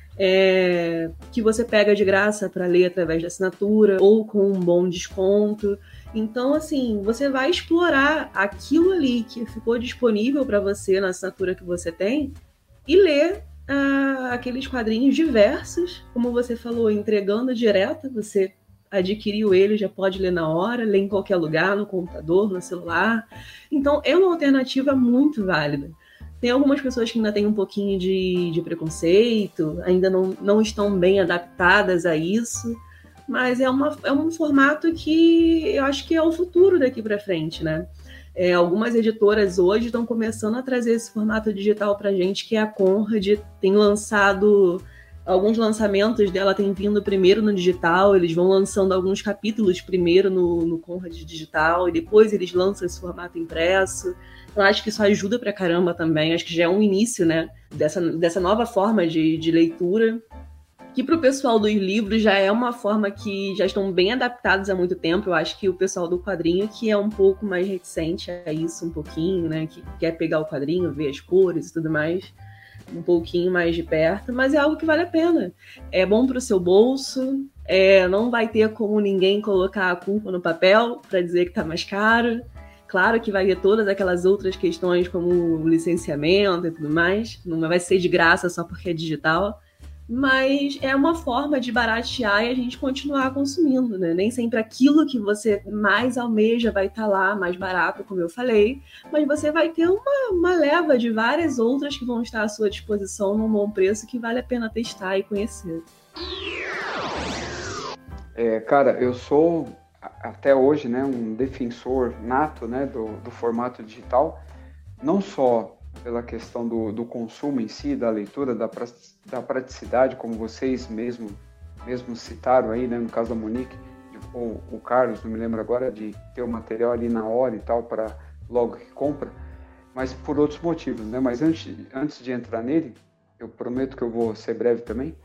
é, que você pega de graça para ler através da assinatura, ou com um bom desconto. Então, assim, você vai explorar aquilo ali que ficou disponível para você na assinatura que você tem e ler ah, aqueles quadrinhos diversos, como você falou, entregando direto, você adquiriu ele, já pode ler na hora, ler em qualquer lugar, no computador, no celular. Então, é uma alternativa muito válida. Tem algumas pessoas que ainda têm um pouquinho de, de preconceito, ainda não, não estão bem adaptadas a isso, mas é, uma, é um formato que eu acho que é o futuro daqui para frente, né? É, algumas editoras hoje estão começando a trazer esse formato digital para a gente, que é a Conrad, tem lançado... Alguns lançamentos dela têm vindo primeiro no digital, eles vão lançando alguns capítulos primeiro no, no Conrad digital, e depois eles lançam esse formato impresso. Eu acho que isso ajuda pra caramba também, acho que já é um início, né, dessa, dessa nova forma de, de leitura, que pro pessoal dos livros já é uma forma que já estão bem adaptados há muito tempo. Eu acho que o pessoal do quadrinho que é um pouco mais reticente a isso, um pouquinho, né, que quer pegar o quadrinho, ver as cores e tudo mais, um pouquinho mais de perto, mas é algo que vale a pena. É bom pro seu bolso, é, não vai ter como ninguém colocar a culpa no papel para dizer que tá mais caro. Claro que vai ter todas aquelas outras questões como o licenciamento e tudo mais, não vai ser de graça só porque é digital, mas é uma forma de baratear e a gente continuar consumindo, né? Nem sempre aquilo que você mais almeja vai estar lá, mais barato, como eu falei, mas você vai ter uma, uma leva de várias outras que vão estar à sua disposição num bom preço que vale a pena testar e conhecer. É, cara, eu sou até hoje, né, um defensor nato, né, do, do formato digital, não só pela questão do, do consumo em si, da leitura, da, da praticidade, como vocês mesmo, mesmo citaram aí, né, no caso da Monique, ou o Carlos, não me lembro agora, de ter o material ali na hora e tal, para logo que compra, mas por outros motivos, né, mas antes, antes de entrar nele, eu prometo que eu vou ser breve também,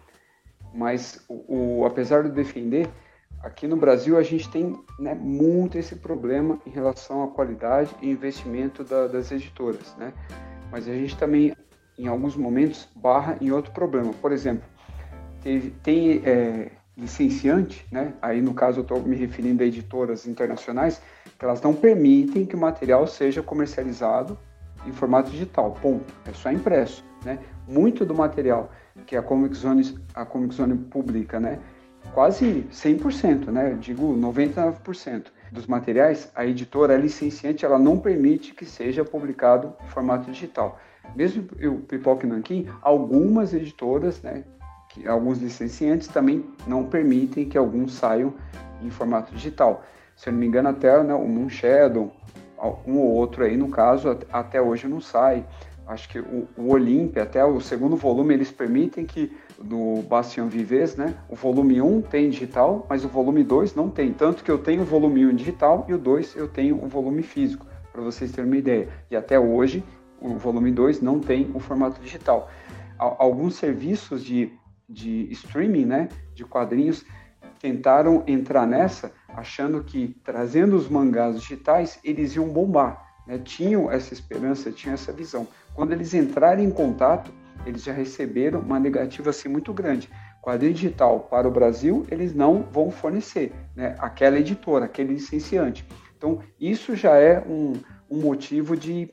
mas o, o, apesar de defender, aqui no Brasil a gente tem, né, muito esse problema em relação à qualidade e investimento da, das editoras, né? Mas a gente também, em alguns momentos, barra em outro problema. Por exemplo, teve, tem é, licenciante, né? Aí no caso eu estou me referindo a editoras internacionais, que elas não permitem que o material seja comercializado em formato digital, ponto. É só impresso, né? Muito do material que a Comic Zone, a Comic Zone publica, né? Quase cem por cento, né? Eu digo noventa e nove por cento dos materiais, a editora, a licenciante, ela não permite que seja publicado em formato digital. Mesmo o Pipoca e Nanquim, algumas editoras, né, que, alguns licenciantes também não permitem que alguns saiam em formato digital. Se eu não me engano, até, né, o Moon Shadow, um ou outro aí, no caso, até hoje não sai. Acho que o, o Olympia, até o segundo volume, eles permitem que do Bastion Vives, né, o volume um tem digital, mas o volume dois não tem. Tanto que eu tenho o volume um digital e o dois eu tenho o volume físico, para vocês terem uma ideia. E até hoje, o volume dois não tem o formato digital. Alguns serviços de, de streaming, né, de quadrinhos, tentaram entrar nessa, achando que, trazendo os mangás digitais, eles iam bombar. Né? Tinham essa esperança, tinham essa visão. Quando eles entrarem em contato, eles já receberam uma negativa assim muito grande. Quadrinho digital para o Brasil, eles não vão fornecer, né? Aquela editora, aquele licenciante. Então, isso já é um, um motivo de,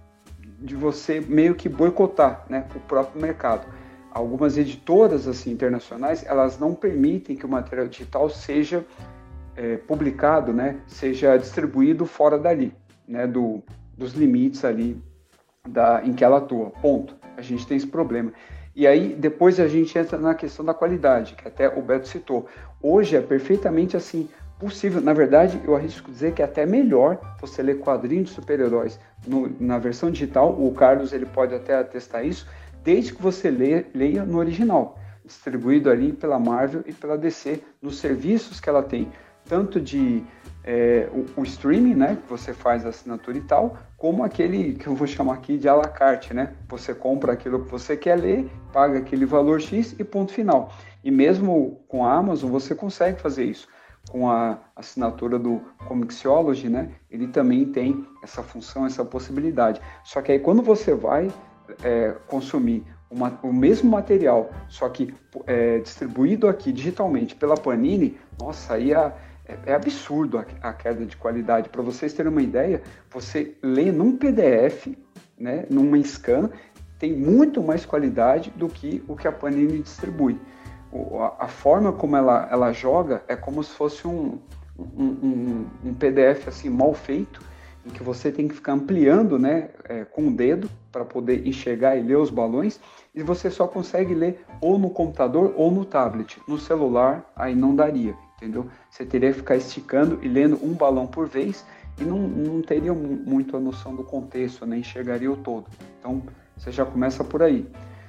de você meio que boicotar, né, o próprio mercado. Algumas editoras assim, internacionais, elas não permitem que o material digital seja é, publicado, né, seja distribuído fora dali, né, do, dos limites ali da, em que ela atua, ponto. A gente tem esse problema. E aí, depois a gente entra na questão da qualidade, que até o Beto citou. Hoje é perfeitamente assim, possível. Na verdade, eu arrisco dizer que é até melhor você ler quadrinhos de super-heróis no, na versão digital. O Carlos ele pode até atestar isso, desde que você leia, leia no original, distribuído ali pela Marvel e pela D C, nos serviços que ela tem, tanto de é, o, o streaming, né, que você faz a assinatura e tal, como aquele que eu vou chamar aqui de à la carte, né? Você compra aquilo que você quer ler, paga aquele valor X e ponto final. E mesmo com a Amazon você consegue fazer isso. Com a assinatura do Comixology, né? Ele também tem essa função, essa possibilidade. Só que aí quando você vai é, consumir uma, o mesmo material, só que é, distribuído aqui digitalmente pela Panini, nossa, aí a É, é absurdo a, a queda de qualidade. Para vocês terem uma ideia, você lê num P D F, né, numa scan, tem muito mais qualidade do que o que a Panini distribui. O, a, a forma como ela, ela joga é como se fosse um, um, um, um P D F assim, mal feito, em que você tem que ficar ampliando, né, é, com o dedo para poder enxergar e ler os balões, e você só consegue ler ou no computador ou no tablet. No celular, aí não daria. Entendeu? Você teria que ficar esticando e lendo um balão por vez e não, não teria muito a noção do contexto, nem enxergaria o todo. Então, você já começa por aí,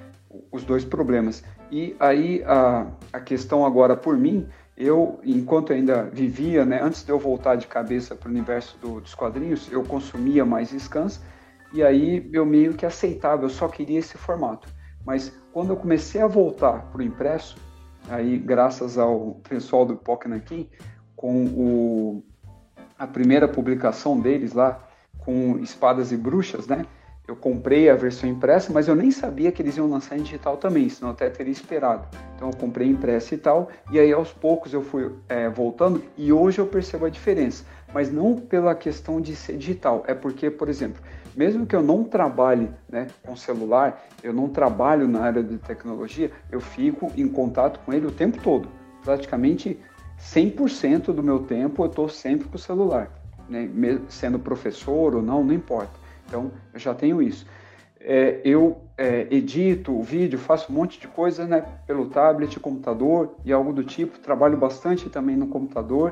os dois problemas. E aí, a, a questão agora por mim, eu, enquanto ainda vivia, né, antes de eu voltar de cabeça para o universo do, dos quadrinhos, eu consumia mais scans, e aí eu meio que aceitava, eu só queria esse formato. Mas quando eu comecei a voltar para o impresso, aí graças ao pessoal do Pipoca e Nanquim, com o, a primeira publicação deles lá, com Espadas e Bruxas, né? Eu comprei a versão impressa, mas eu nem sabia que eles iam lançar em digital também, senão eu até teria esperado. Então eu comprei impressa e tal, e aí aos poucos eu fui é, voltando, e hoje eu percebo a diferença. mas não pela questão de ser digital, é porque, por exemplo, mesmo que eu não trabalhe, né, com celular, eu não trabalho na área de tecnologia, eu fico em contato com ele o tempo todo. Praticamente cem por cento do meu tempo eu estou sempre com o celular, né, sendo professor ou não, não importa. Então, eu já tenho isso. É, eu é, edito o vídeo, faço um monte de coisa, né, pelo tablet, computador e algo do tipo. Trabalho bastante também no computador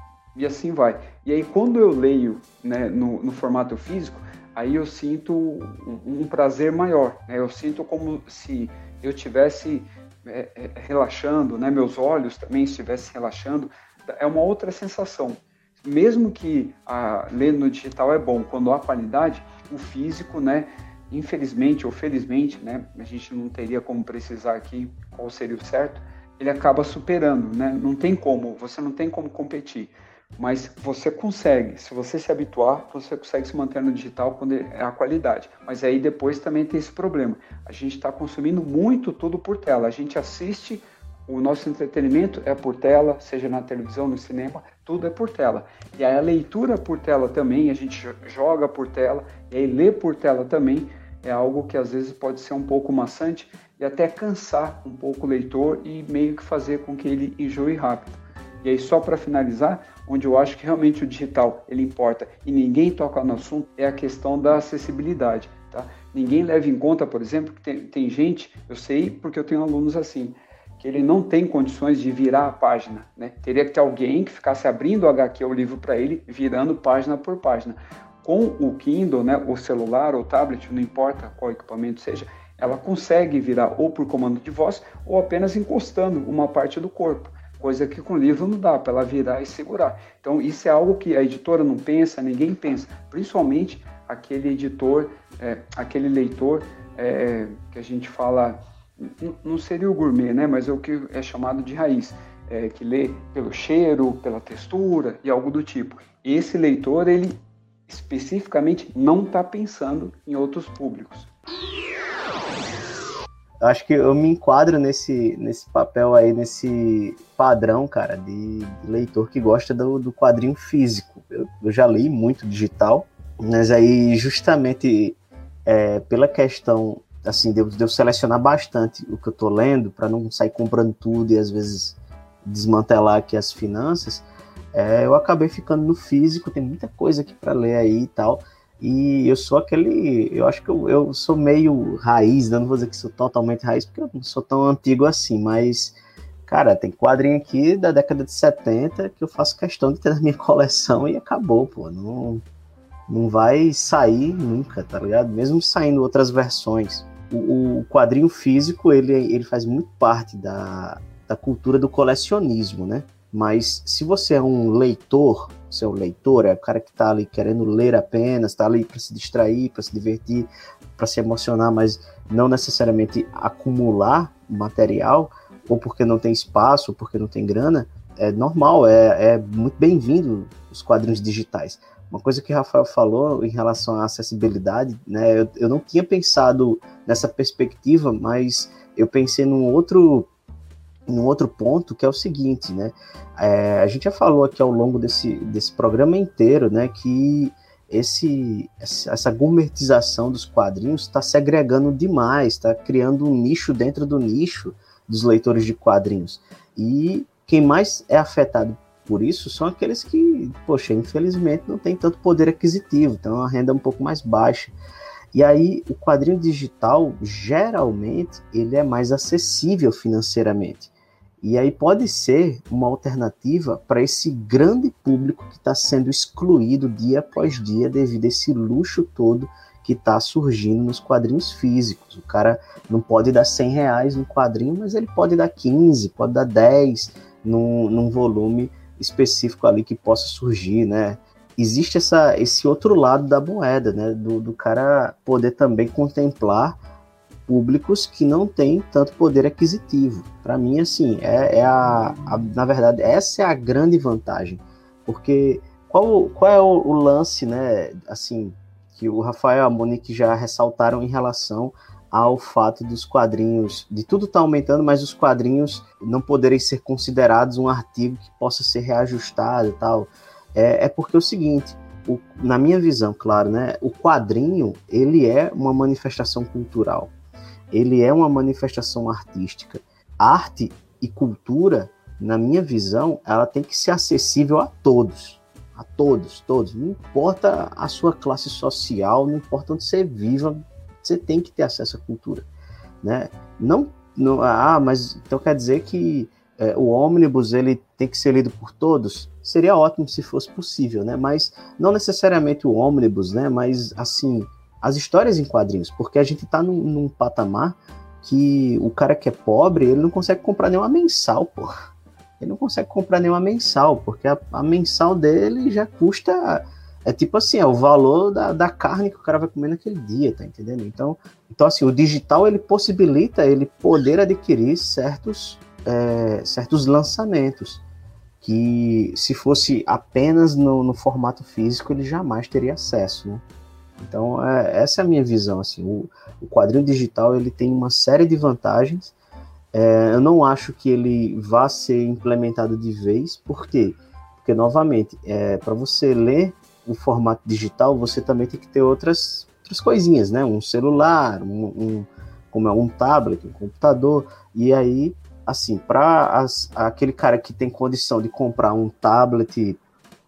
e assim vai. E aí, quando eu leio, né, no, no formato físico, aí eu sinto um, um prazer maior, né? Eu sinto como se eu estivesse é, é, relaxando, né? Meus olhos também estivessem relaxando. É uma outra sensação. Mesmo que a, ler no digital é bom, quando há qualidade, o físico, né? Infelizmente ou felizmente, né, a gente não teria como precisar aqui qual seria o certo, ele acaba superando, né? Não tem como, você não tem como competir, mas você consegue, se você se habituar, você consegue se manter no digital quando é a qualidade. Mas aí depois também tem esse problema, a gente está consumindo muito tudo por tela, a gente assiste, o nosso entretenimento é por tela, seja na televisão, no cinema, tudo é por tela. E aí a leitura por tela também, a gente joga por tela, e aí ler por tela também é algo que às vezes pode ser um pouco maçante e até cansar um pouco o leitor e meio que fazer com que ele enjoe rápido. E aí só para finalizar, onde eu acho que realmente o digital ele importa e ninguém toca no assunto, é a questão da acessibilidade. Tá? Ninguém leva em conta, por exemplo, que tem, tem gente, eu sei porque eu tenho alunos assim, que ele não tem condições de virar a página, né? Teria que ter alguém que ficasse abrindo o H Q, o livro para ele, virando página por página. Com o Kindle, né, o celular ou tablet, não importa qual equipamento seja, ela consegue virar ou por comando de voz ou apenas encostando uma parte do corpo, coisa que com o livro não dá, para ela virar e segurar. Então isso é algo que a editora não pensa, ninguém pensa, principalmente aquele editor, é, aquele leitor é, que a gente fala... Não seria o gourmet, né? Mas é o que é chamado de raiz, é, que lê pelo cheiro, pela textura e algo do tipo. Esse leitor, ele especificamente não está pensando em outros públicos. Eu acho que eu me enquadro nesse, nesse papel aí, nesse padrão, cara, de, de leitor que gosta do, do quadrinho físico. Eu, eu já li muito digital, mas aí justamente é, pela questão... assim, devo, devo selecionar bastante o que eu tô lendo para não sair comprando tudo e às vezes desmantelar aqui as finanças, é, eu acabei ficando no físico, tem muita coisa aqui para ler aí e tal, e eu sou aquele, eu acho que eu, eu sou meio raiz, não vou dizer que sou totalmente raiz, porque eu não sou tão antigo assim, mas, cara, tem quadrinho aqui da década de setenta que eu faço questão de ter na minha coleção e acabou, pô, não, não vai sair nunca, tá ligado? Mesmo saindo outras versões. O, o quadrinho físico, ele, ele faz muito parte da, da cultura do colecionismo, né? Mas se você é um leitor, você é um leitor, é o cara que tá ali querendo ler apenas, tá ali para se distrair, para se divertir, para se emocionar, mas não necessariamente acumular material, ou porque não tem espaço, ou porque não tem grana, é normal, é, é muito bem-vindo os quadrinhos digitais. Uma coisa que o Rafael falou em relação à acessibilidade, né, eu, eu não tinha pensado nessa perspectiva, mas eu pensei num outro, num outro ponto, que é o seguinte, né, é, a gente já falou aqui ao longo desse, desse programa inteiro, né, que esse, essa gourmetização dos quadrinhos está segregando demais, está criando um nicho dentro do nicho dos leitores de quadrinhos, e quem mais é afetado por isso são aqueles que, poxa, infelizmente não tem tanto poder aquisitivo, então a renda é um pouco mais baixa. E aí o quadrinho digital, geralmente, ele é mais acessível financeiramente. E aí pode ser uma alternativa para esse grande público que está sendo excluído dia após dia devido a esse luxo todo que está surgindo nos quadrinhos físicos. O cara não pode dar cem reais no quadrinho, mas ele pode dar quinze, pode dar dez num, num volume específico ali que possa surgir, né? Existe essa, esse outro lado da moeda, né? Do, do cara poder também contemplar públicos que não têm tanto poder aquisitivo. Para mim, assim, é, é a, a, na verdade, essa é a grande vantagem, porque qual, qual é o, o lance, né? Assim, que o Rafael e a Monique já ressaltaram em relação ao fato dos quadrinhos, de tudo estar tá aumentando, mas os quadrinhos não poderem ser considerados um artigo que possa ser reajustado e tal. é, é porque é o seguinte, o, na minha visão, claro, né, o quadrinho, ele é uma manifestação cultural, ele é uma manifestação artística. Arte e cultura, na minha visão, ela tem que ser acessível a todos, a todos, todos, não importa a sua classe social, não importa onde você viva, você tem que ter acesso à cultura, né? Não, não ah, mas então quer dizer que é, o ônibus ele tem que ser lido por todos? Seria ótimo se fosse possível, né? Mas não necessariamente o ônibus, né? Mas assim, as histórias em quadrinhos, porque a gente está num, num patamar que o cara que é pobre, ele não consegue comprar nenhuma mensal, pô. Ele não consegue comprar nenhuma mensal, porque a, a mensal dele já custa, é tipo assim, é o valor da, da carne que o cara vai comer naquele dia, tá entendendo? Então, então assim, o digital, ele possibilita ele poder adquirir certos, é, certos lançamentos, que se fosse apenas no, no formato físico, ele jamais teria acesso, né? Então, é, essa é a minha visão, assim, o, o quadrinho digital, ele tem uma série de vantagens. É, eu não acho que ele vá ser implementado de vez. Por quê? Porque, novamente, é, para você ler o formato digital, você também tem que ter outras, outras coisinhas, né? Um celular, um, um, como é, um tablet, um computador. E aí, assim, para aquele cara que tem condição de comprar um tablet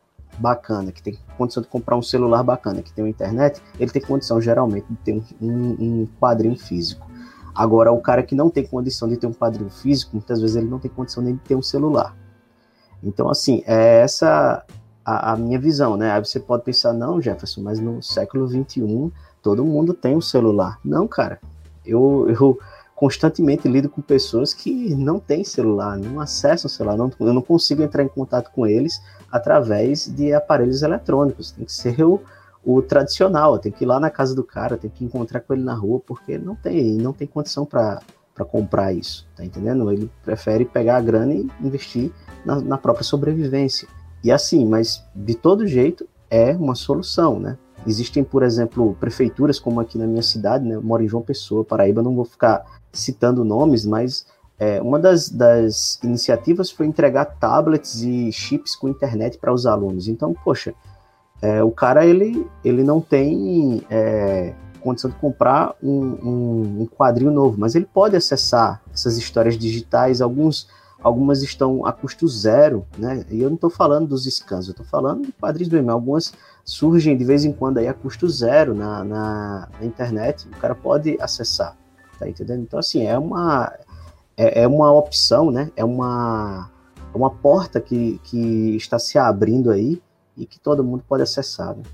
bacana, que tem condição de comprar um celular bacana, que tem uma internet, ele tem condição, geralmente, de ter um, um, um quadrinho físico. Agora, o cara que não tem condição de ter um quadrinho físico, muitas vezes ele não tem condição nem de ter um celular. Então, assim, é essa a, a minha visão, né? Aí você pode pensar, não, Jefferson, mas no século vinte e um, todo mundo tem um celular. Não, cara, eu, eu constantemente lido com pessoas que não têm celular, não acessam o celular, não, eu não consigo entrar em contato com eles através de aparelhos eletrônicos. Tem que ser o o tradicional, tem que ir lá na casa do cara, tem que encontrar com ele na rua, porque não tem, não tem condição para comprar isso, tá entendendo? Ele prefere pegar a grana e investir na, na própria sobrevivência. E assim, mas de todo jeito é uma solução, né? Existem, por exemplo, prefeituras como aqui na minha cidade, né? Eu moro em João Pessoa, Paraíba, não vou ficar citando nomes, mas é, uma das, das iniciativas foi entregar tablets e chips com internet para os alunos. Então, poxa, É, o cara, ele, ele não tem é, condição de comprar um, um, um quadrinho novo, mas ele pode acessar essas histórias digitais, alguns, algumas estão a custo zero, né? E eu não estou falando dos scans, eu estou falando de quadrinhos mesmo, algumas surgem de vez em quando aí a custo zero na, na, na internet, o cara pode acessar, tá entendendo? Então, assim, é uma, é, é uma opção, né? É uma, uma porta que, que está se abrindo aí, e que todo mundo pode acessar, né?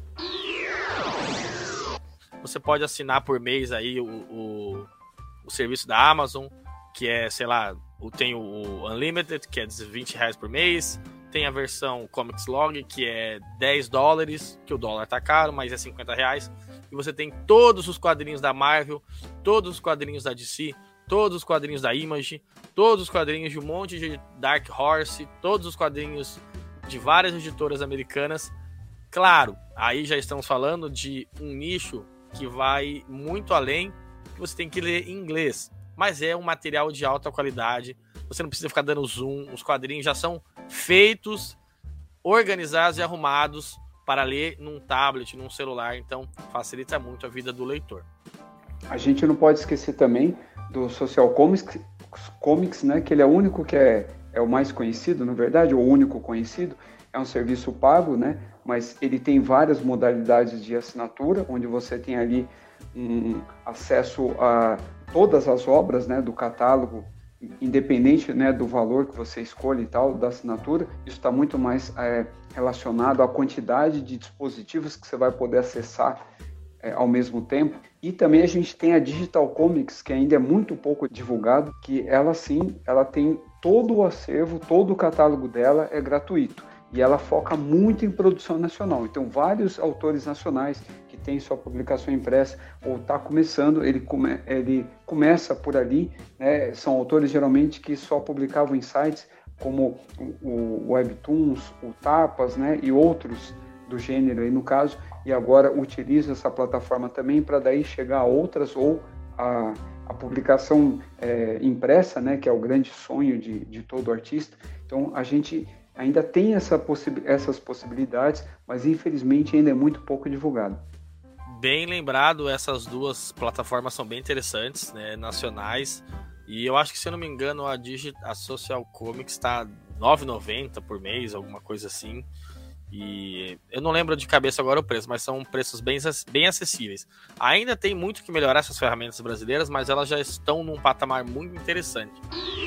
Você pode assinar por mês aí o, o, o serviço da Amazon, que é, sei lá, tem o Unlimited, que é vinte reais por mês, tem a versão Comics Log, que é dez dólares, que o dólar tá caro, mas é cinquenta reais, e você tem todos os quadrinhos da Marvel, todos os quadrinhos da D C, todos os quadrinhos da Image, todos os quadrinhos de um monte de Dark Horse, todos os quadrinhos de várias editoras americanas. Claro, aí já estamos falando de um nicho que vai muito além, que você tem que ler em inglês, mas é um material de alta qualidade, você não precisa ficar dando zoom, os quadrinhos já são feitos, organizados e arrumados para ler num tablet, num celular, então facilita muito a vida do leitor. A gente não pode esquecer também do Social Comics, Comics, né, que ele é o único que é é o mais conhecido, na verdade, o único conhecido, é um serviço pago, né? Mas ele tem várias modalidades de assinatura, onde você tem ali um acesso a todas as obras, né, do catálogo, independente, né, do valor que você escolhe e tal, da assinatura. Isso está muito mais é, relacionado à quantidade de dispositivos que você vai poder acessar é, ao mesmo tempo. E também a gente tem a Digital Comics, que ainda é muito pouco divulgado, que ela sim, ela tem todo o acervo, todo o catálogo dela é gratuito. E ela foca muito em produção nacional. Então, vários autores nacionais que têm sua publicação impressa ou está começando, ele, come, ele começa por ali, né? São autores geralmente que só publicavam em sites como o, o Webtoons, o Tapas, né? E outros do gênero aí no caso, e agora utiliza essa plataforma também para daí chegar a outras ou a a publicação é, impressa, né, que é o grande sonho de, de todo artista. Então, a gente ainda tem essa possi- essas possibilidades, mas infelizmente ainda é muito pouco divulgado. Bem lembrado, essas duas plataformas são bem interessantes, né, nacionais, e eu acho que, se eu não me engano, a, Digi- a Social Comics está nove reais e noventa centavos por mês, alguma coisa assim, e eu não lembro de cabeça agora o preço, mas são preços bem, bem acessíveis. Ainda tem muito que melhorar essas ferramentas brasileiras, mas elas já estão num patamar muito interessante.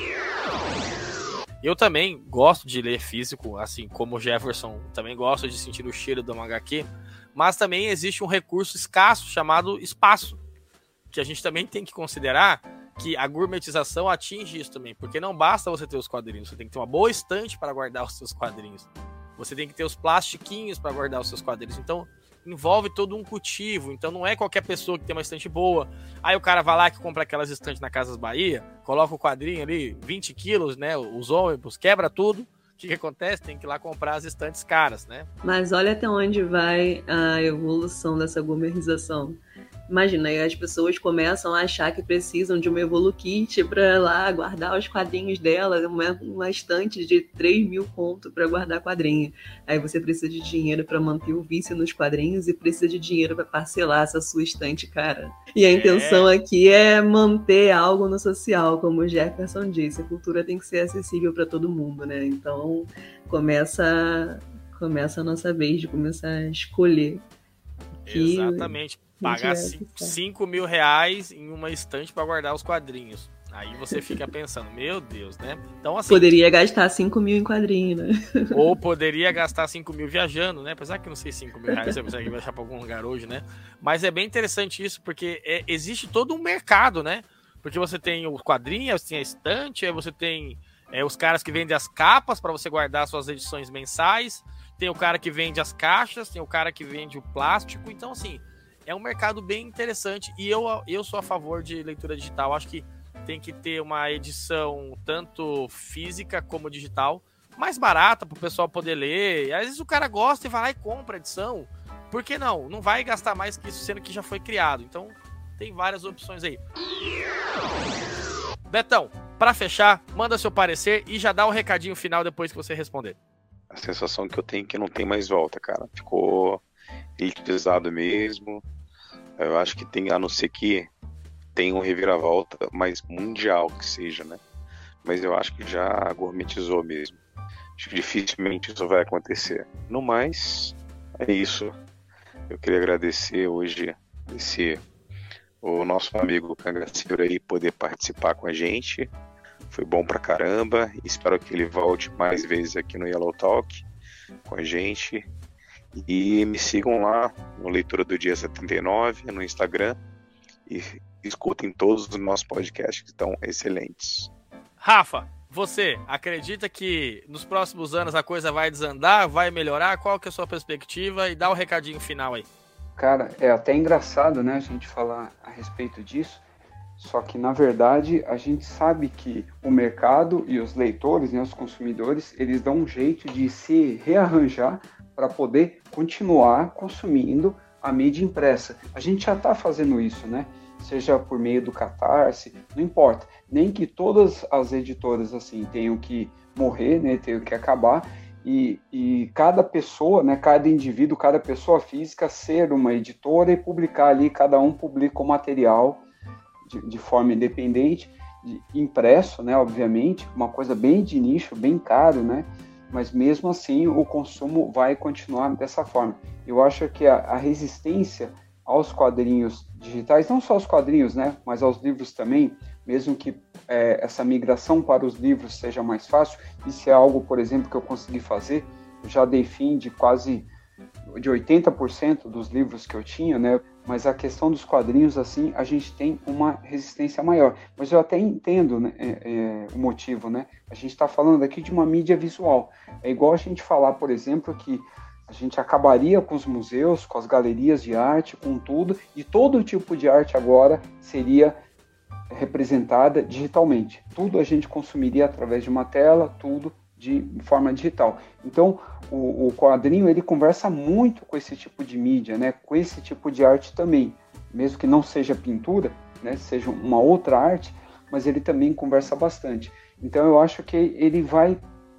Eu também gosto de ler físico, assim como o Jefferson, também gosto de sentir o cheiro do H Q, mas também existe um recurso escasso chamado espaço, que a gente também tem que considerar que a gourmetização atinge isso também, porque não basta você ter os quadrinhos, você tem que ter uma boa estante para guardar os seus quadrinhos, você tem que ter os plastiquinhos para guardar os seus quadrinhos, então envolve todo um cultivo, então não é qualquer pessoa que tem uma estante boa, aí o cara vai lá que compra aquelas estantes na Casas Bahia, coloca o quadrinho ali, vinte quilos, né, os ônibus, quebra tudo. O que, que acontece? Tem que ir lá comprar as estantes caras, né? Mas olha até onde vai a evolução dessa gourmetização. Imagina, aí as pessoas começam a achar que precisam de uma Evolukit para lá guardar os quadrinhos dela, uma, uma estante de três mil conto para guardar quadrinho. Aí você precisa de dinheiro para manter o vício nos quadrinhos e precisa de dinheiro para parcelar essa sua estante, cara. E a É. intenção aqui é manter algo no social, como o Jefferson disse. A cultura tem que ser acessível para todo mundo, né? Então começa, começa a nossa vez de começar a escolher. Que... Exatamente. Pagar cinco mil reais em uma estante para guardar os quadrinhos. Aí você fica pensando, meu Deus, né? Então, assim, poderia gastar cinco mil em quadrinho, né? Ou poderia gastar cinco mil viajando, né? Apesar que não sei cinco mil reais você consegue viajar para algum lugar hoje, né? Mas é bem interessante isso, porque é, existe todo um mercado, né? Porque você tem o quadrinho, você tem a estante, aí você tem é, os caras que vendem as capas para você guardar suas edições mensais, tem o cara que vende as caixas, tem o cara que vende o plástico. Então, assim, é um mercado bem interessante e eu, eu sou a favor de leitura digital. Acho que tem que ter uma edição tanto física como digital, mais barata para o pessoal poder ler. Às vezes o cara gosta e vai lá e compra a edição. Por que não? Não vai gastar mais que isso, sendo que já foi criado. Então, tem várias opções aí. Betão, para fechar, manda seu parecer e já dá um recadinho final depois que você responder. A sensação que eu tenho é que não tem mais volta, cara. Ficou elitizado mesmo. Eu acho que tem, a não ser que tem um reviravolta mais mundial que seja, né? Mas eu acho que já gourmetizou mesmo. Acho que dificilmente isso vai acontecer. No mais, é isso. Eu queria agradecer hoje esse, o nosso amigo Cangaceiro aí poder participar com a gente. Foi bom pra caramba. Espero que ele volte mais vezes aqui no Yellow Talk com a gente. E me sigam lá no Leitura do Dia setenta e nove no Instagram e escutem todos os nossos podcasts que estão excelentes. Rafa, você acredita que nos próximos anos a coisa vai desandar, vai melhorar? Qual que é a sua perspectiva? E dá o um recadinho final aí. Cara, é até engraçado, né, a gente falar a respeito disso, só que, na verdade, a gente sabe que o mercado e os leitores, né, os consumidores, eles dão um jeito de se rearranjar para poder continuar consumindo a mídia impressa. A gente já está fazendo isso, né? Seja por meio do Catarse, não importa. Nem que todas as editoras assim tenham que morrer, né? Tenham que acabar. E, e cada pessoa, né? Cada indivíduo, cada pessoa física ser uma editora e publicar ali, cada um publica o material de, de forma independente, de, impresso, né? Obviamente, uma coisa bem de nicho, bem caro, né? Mas mesmo assim o consumo vai continuar dessa forma. Eu acho que a, a resistência aos quadrinhos digitais, não só aos quadrinhos, né, mas aos livros também, mesmo que é, essa migração para os livros seja mais fácil, isso é algo, por exemplo, que eu consegui fazer. Eu já dei fim de quase de oitenta por cento dos livros que eu tinha, né, mas a questão dos quadrinhos, assim, a gente tem uma resistência maior. Mas eu até entendo, né, é, é, o motivo, né? A gente está falando aqui de uma mídia visual. É igual a gente falar, por exemplo, que a gente acabaria com os museus, com as galerias de arte, com tudo, e todo tipo de arte agora seria representada digitalmente. Tudo a gente consumiria através de uma tela, tudo de forma digital. Então, o, o quadrinho, ele conversa muito com esse tipo de mídia, né? Com esse tipo de arte também. Mesmo que não seja pintura, né? Seja uma outra arte, mas ele também conversa bastante. Então, eu acho que ele vai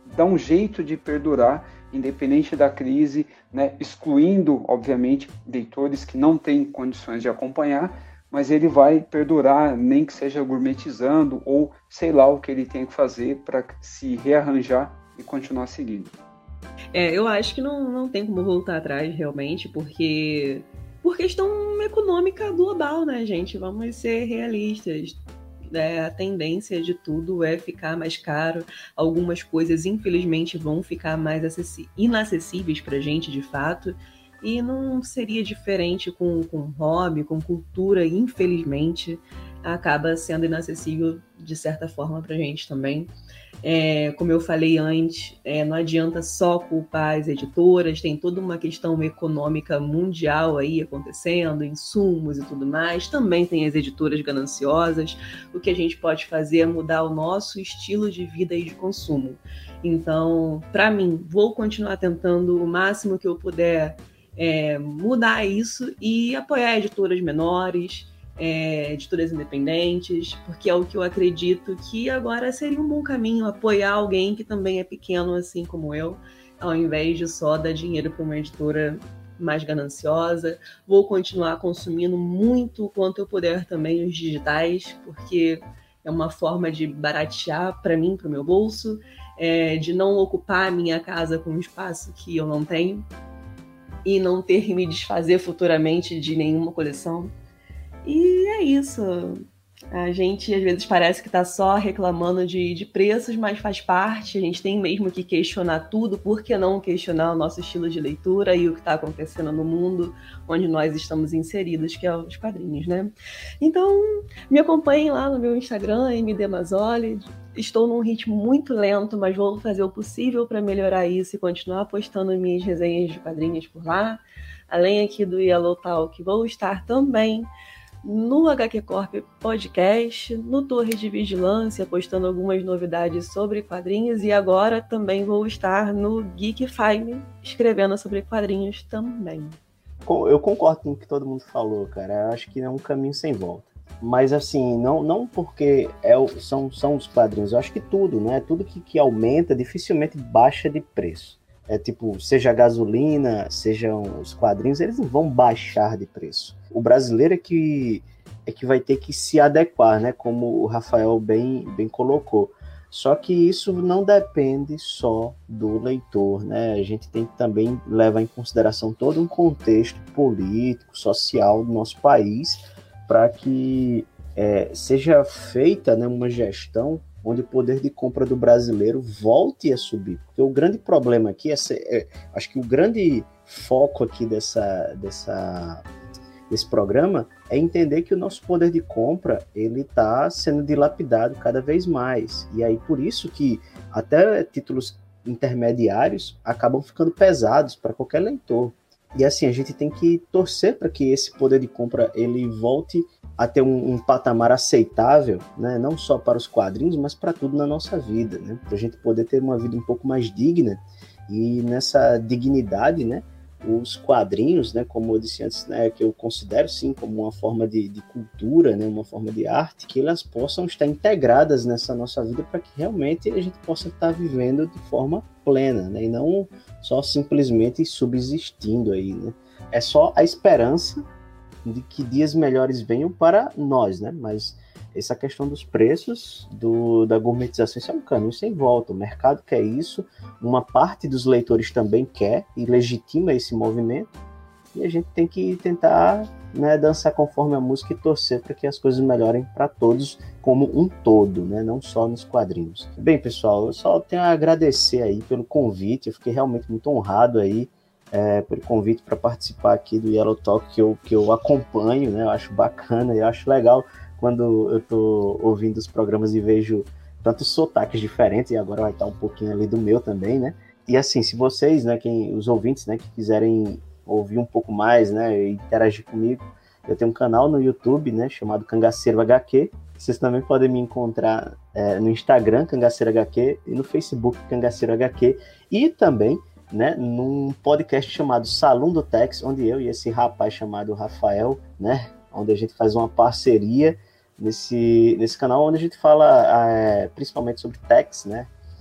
dá um jeito de perdurar, independente da crise, né, excluindo, obviamente, leitores que não têm condições de acompanhar, mas ele vai perdurar, nem que seja gourmetizando, ou sei lá o que ele tem que fazer para se rearranjar e continuar seguindo. É, eu acho que não, não tem como voltar atrás, realmente, porque por questão econômica global, né, gente? Vamos ser realistas. É, a tendência de tudo é ficar mais caro. Algumas coisas, infelizmente, vão ficar mais acessi- inacessíveis pra gente, de fato. E não seria diferente com, com hobby, com cultura, infelizmente. Acaba sendo inacessível, de certa forma, pra gente também. É, como eu falei antes, é, não adianta só culpar as editoras, tem toda uma questão econômica mundial aí acontecendo, insumos e tudo mais. Também tem as editoras gananciosas. O que a gente pode fazer é mudar o nosso estilo de vida e de consumo. Então, para mim, vou continuar tentando o máximo que eu puder é, mudar isso e apoiar editoras menores, É, editoras independentes, porque é o que eu acredito que agora seria um bom caminho, apoiar alguém que também é pequeno, assim como eu, ao invés de só dar dinheiro para uma editora mais gananciosa. Vou continuar consumindo muito o quanto eu puder também os digitais, porque é uma forma de baratear para mim, para o meu bolso, é, de não ocupar a minha casa com um espaço que eu não tenho e não ter que me desfazer futuramente de nenhuma coleção. E é isso. A gente às vezes parece que está só reclamando de, de preços, mas faz parte. A gente tem mesmo que questionar tudo. Por que não questionar o nosso estilo de leitura e o que está acontecendo no mundo onde nós estamos inseridos, que é os quadrinhos, né? Então, me acompanhem lá no meu Instagram, M D Mazzoli. Estou num ritmo muito lento, mas vou fazer o possível para melhorar isso e continuar postando minhas resenhas de quadrinhos por lá. Além aqui do Yellow Talk, vou estar também no H Q Corp Podcast, no Torre de Vigilância, postando algumas novidades sobre quadrinhos, e agora também vou estar no Geek Fime, escrevendo sobre quadrinhos também. Eu concordo com o que todo mundo falou, cara. Eu acho que é um caminho sem volta. Mas assim, não, não porque é o, são, são os quadrinhos, eu acho que tudo, né? Tudo que, que aumenta dificilmente baixa de preço. É tipo, seja a gasolina, sejam os quadrinhos, eles não vão baixar de preço. O brasileiro é que, é que vai ter que se adequar, né? Como o Rafael bem, bem colocou. Só que isso não depende só do leitor, né? A gente tem que também levar em consideração todo um contexto político, social do nosso país, para que é, seja feita, né, uma gestão onde o poder de compra do brasileiro volte a subir. Porque o grande problema aqui, é, ser, é acho que o grande foco aqui dessa, dessa, desse programa é entender que o nosso poder de compra ele está sendo dilapidado cada vez mais. E aí por isso que até títulos intermediários acabam ficando pesados para qualquer leitor. E assim, a gente tem que torcer para que esse poder de compra ele volte a ter um, um patamar aceitável, né? Não só para os quadrinhos, mas para tudo na nossa vida, né? Para a gente poder ter uma vida um pouco mais digna. E nessa dignidade, né, os quadrinhos, né, como eu disse antes, né, que eu considero sim como uma forma de, de cultura, né, uma forma de arte, que elas possam estar integradas nessa nossa vida para que realmente a gente possa estar vivendo de forma plena, né, e não só simplesmente subsistindo aí, né. É só a esperança de que dias melhores venham para nós, né, mas essa questão dos preços, do, da gourmetização, isso é um caminho sem volta. O mercado quer isso, uma parte dos leitores também quer e legitima esse movimento, e a gente tem que tentar, né, dançar conforme a música e torcer para que as coisas melhorem para todos como um todo, né, não só nos quadrinhos. Bem, pessoal, eu só tenho a agradecer aí pelo convite, eu fiquei realmente muito honrado aí é, pelo convite para participar aqui do Yellow Talk, que eu, que eu acompanho, né, eu acho bacana, eu acho legal quando eu tô ouvindo os programas e vejo tantos sotaques diferentes, e agora vai estar um pouquinho ali do meu também, né? E assim, se vocês, né, quem, os ouvintes, né, que quiserem ouvir um pouco mais, né, e interagir comigo, eu tenho um canal no YouTube, né, chamado Cangaceiro H Q. Vocês também podem me encontrar é, no Instagram, Cangaceiro H Q, e no Facebook, Cangaceiro H Q, e também, né, num podcast chamado Salão do Tex, onde eu e esse rapaz chamado Rafael, né, onde a gente faz uma parceria nesse, nesse canal, onde a gente fala é, principalmente sobre techs, né?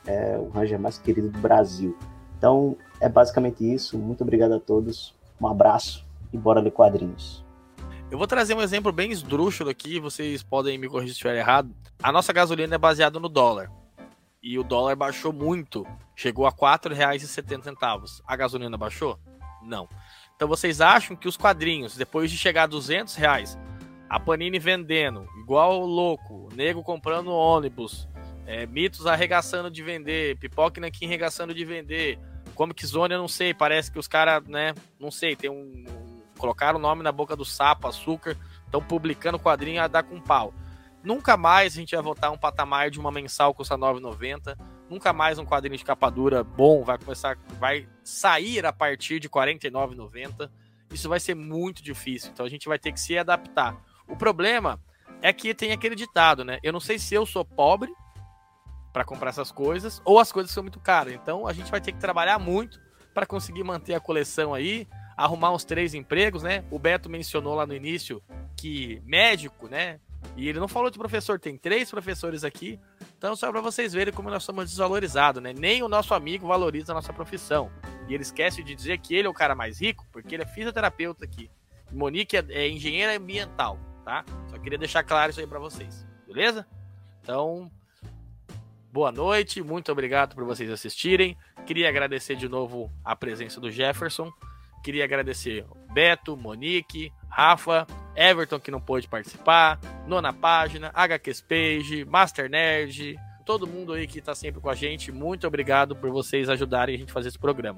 é o Ranger mais querido do Brasil. Então, é basicamente isso. Muito obrigado a todos. Um abraço e bora ler quadrinhos. Eu vou trazer um exemplo bem esdrúxulo aqui, vocês podem me corrigir se estiver errado. A nossa gasolina é baseada no dólar. E o dólar baixou muito. Chegou a quatro reais e setenta centavos. A gasolina baixou? Não. Então vocês acham que os quadrinhos, depois de chegar a duzentos reais, a Panini vendendo, igual louco, nego comprando ônibus, é, Mitos arregaçando de vender, Pipoca e Nanquim arregaçando de vender, Comic Zone eu não sei, parece que os caras, né, não sei, tem um, um... colocaram o nome na boca do sapo, açúcar, estão publicando quadrinho a dar com pau. Nunca mais a gente vai voltar a um patamar de uma mensal que custa nove reais e noventa centavos. Nunca mais um quadrinho de capa dura bom vai começar, vai sair a partir de quarenta e nove reais e noventa centavos. Isso vai ser muito difícil. Então a gente vai ter que se adaptar. O problema é que tem aquele ditado, né? Eu não sei se eu sou pobre para comprar essas coisas ou as coisas são muito caras. Então a gente vai ter que trabalhar muito para conseguir manter a coleção aí, arrumar uns três empregos, né? O Beto mencionou lá no início que médico, né? E ele não falou de professor, tem três professores aqui. Então só para vocês verem como nós somos desvalorizados, né? Nem o nosso amigo valoriza a nossa profissão. E ele esquece de dizer que ele é o cara mais rico, porque ele é fisioterapeuta aqui. E Monique é, é engenheira ambiental, tá? Só queria deixar claro isso aí para vocês, beleza? Então, boa noite, muito obrigado por vocês assistirem. Queria agradecer de novo a presença do Jefferson. Queria agradecer Beto, Monique, Rafa, Everton, que não pôde participar, Nona Página, H Qs Page, Master Nerd, todo mundo aí que tá sempre com a gente. Muito obrigado por vocês ajudarem a gente a fazer esse programa.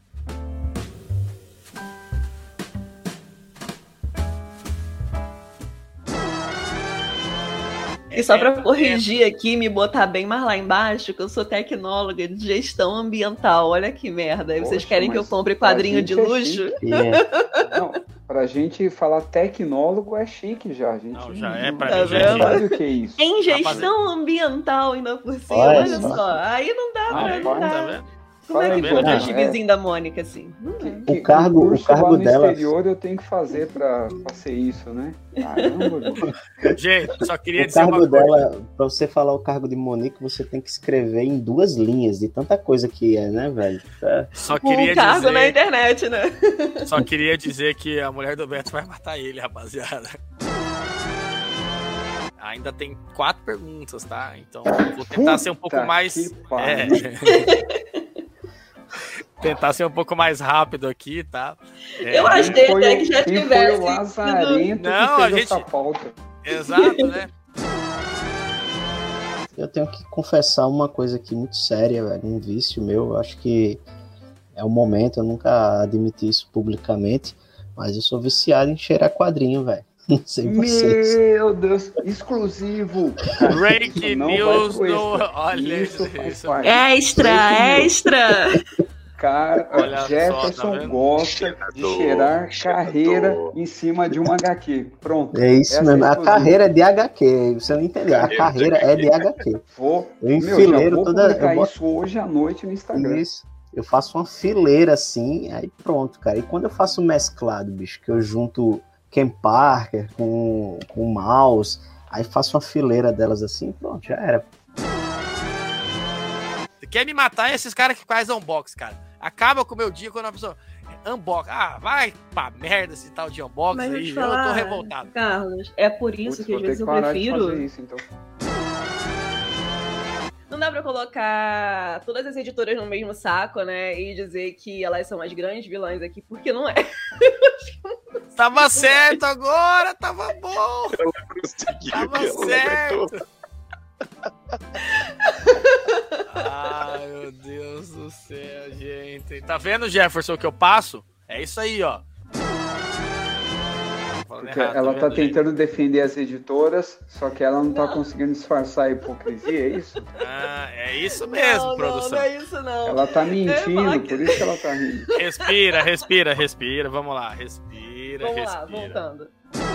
E só para corrigir aqui, me botar bem mais lá embaixo, que eu sou tecnóloga de gestão ambiental. Olha que merda. Aí vocês Poxa, querem que eu compre quadrinho de luxo? É. Não, pra gente falar tecnólogo é chique já. A gente Não, já é pra Tá mim, já é vendo? sabe o que é isso. Em gestão ambiental ainda por cima, Olha olha só. só. Aí não dá Ah, pra... é, Não Tá dá. vendo? Como é que Fala aí, pode Beto. o gibizinho da Mônica assim? Não dá. Que- que cargo- o curso cargo lá no dela- exterior eu tenho que fazer pra, pra ser isso, né? Caramba, meu. Gente, só queria O dizer cargo uma coisa. dela, pra você falar o cargo de Monique, você tem que escrever em duas linhas, de tanta coisa que é, né, velho? É. Só queria Um cargo dizer, na internet, né? só queria dizer que a mulher do Beto vai matar ele, rapaziada. Ainda tem quatro perguntas, tá? Então eu vou tentar ser um pouco Puta mais. que É. pariu. Tentar ser um pouco mais rápido aqui, tá? É, Eu achei Quem foi até o- que já quem tivesse foi o Lazarento Não, que a fez gente- essa pauta. Exato, né? Eu tenho que confessar uma coisa aqui muito séria, velho, um vício meu. Eu acho que é o momento, eu nunca admiti isso publicamente, mas eu sou viciado em cheirar quadrinho, velho. Não sei vocês. Meu Deus, exclusivo. Cara, Break isso não vai news pro no. extra. Olha Isso isso. faz isso. parte. Extra, Fake news. extra! Cara, Olha só, Jefferson tá vendo? gosta de cheirar carreira em cima de um agá quê. Pronto. É isso Essa mesmo, é a exclusiva. carreira é de agá quê, você não entendeu, a carreira é de agá quê. Vou, Eu meu, já enfileiro vou toda- publicar eu boto- isso hoje à noite no Instagram. Isso. Eu faço uma fileira assim, aí pronto, cara. E quando eu faço mesclado, bicho, que eu junto Ken Parker com, com mouse, aí faço uma fileira delas assim, pronto, já era. Se quer me matar, é esses caras que fazem unbox, cara. Acaba com o meu dia quando a pessoa. Unbox. Ah, vai pra merda esse tal de unbox Mas eu aí. te Eu falar, tô revoltado. Carlos, é por isso Putz, que às vou ter vezes que eu parar de prefiro. fazer isso, então. Não dá pra colocar todas as editoras no mesmo saco, né? E dizer que elas são as grandes vilãs aqui, porque não é. Tava certo agora, tava bom. Ela conseguiu. Tava ela certo. aguentou. Ai, meu Deus do céu, gente. Tá vendo, Jefferson, o que eu passo? É isso aí, ó. Falando Porque errado, ela tá vendo, gente? tentando defender as editoras, só que ela não tá conseguindo disfarçar a hipocrisia, é isso? Ah, é isso mesmo, não, produção. Não, não é isso, não. Ela tá Eu ia falar mentindo, que- por isso que ela tá rindo. Respira, respira, respira. Vamos lá, respira, Vamos lá, respira. voltando.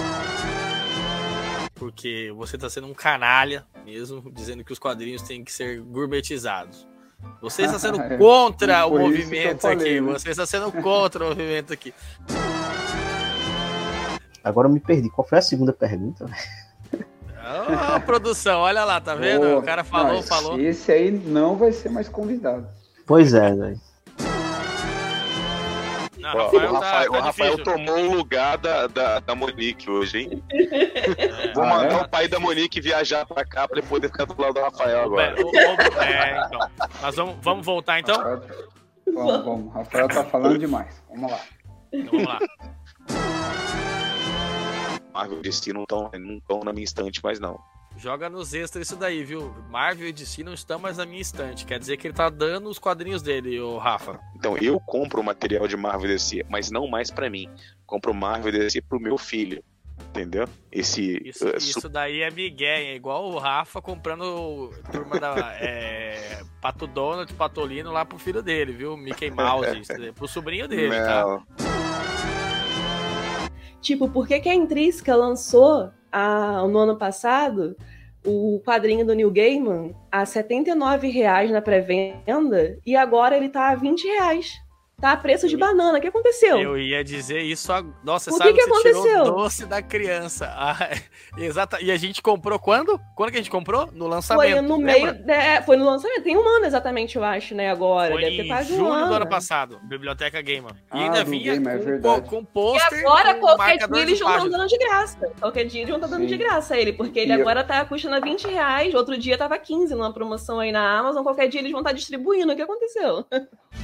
Porque você tá sendo um canalha mesmo, dizendo que os quadrinhos têm que ser gourmetizados. Você está sendo É, contra o foi isso que eu movimento falei, aqui. né? Você está sendo contra o movimento aqui. Agora eu me perdi. Qual foi a segunda pergunta? Ô, produção, olha lá, tá vendo? Pô, o cara falou, não, falou. Esse aí não vai ser mais convidado. Pois é, velho. Não, Ó, Rafael o tá- Rafael, tá o Rafael difícil. tomou o lugar da, da, da Monique hoje, hein? Vou Ah, mandar é? o pai da Monique viajar pra cá pra ele poder ficar do lado do Rafael O agora. Be- o- o- é, então. Nós vamos, vamos voltar então? Rafael, vamos, vamos. O Rafael tá falando demais. Vamos lá. Então vamos lá. Marvel e D C não estão não tão na minha estante mais não. Joga nos extras isso daí, viu? Marvel e D C não estão mais na minha estante. Quer dizer que ele tá dando os quadrinhos dele, o Rafa. Então eu compro o material de Marvel e D C, mas não mais pra mim. Compro Marvel e D C pro meu filho. Entendeu? Esse. Isso, uh, isso daí é Miguel, é igual o Rafa comprando turma da é, Pato Donald, Patolino lá pro filho dele, viu? Mickey Mouse, isso daí, pro sobrinho dele, tá? Não. Tipo, por que, que a Intrínseca lançou a, no ano passado o quadrinho do Neil Gaiman a setenta e nove reais na pré-venda e agora ele tá a vinte reais? Tá a preço de banana. O que aconteceu? Eu ia dizer isso. A... Nossa, O sabe que que você tirou aconteceu? o doce da criança. Ah, exata. E a gente comprou quando? Quando que a gente comprou? No lançamento. Foi no lembra? meio. É, foi no lançamento. Tem um ano exatamente, eu acho, né? Agora. Foi Deve ter em quase um julho ano. do ano passado. Biblioteca Gamer. E Ah, ainda do vinha Gamer, é com, verdade. com E pôster. agora, com qualquer marcador dia, de eles vão estar página. dando de graça. Qualquer dia eles vão estar dando Sim. de graça ele, porque ele E eu- agora tá custando vinte reais. Outro dia tava quinze numa promoção aí na Amazon. Qualquer dia eles vão estar distribuindo. O que aconteceu?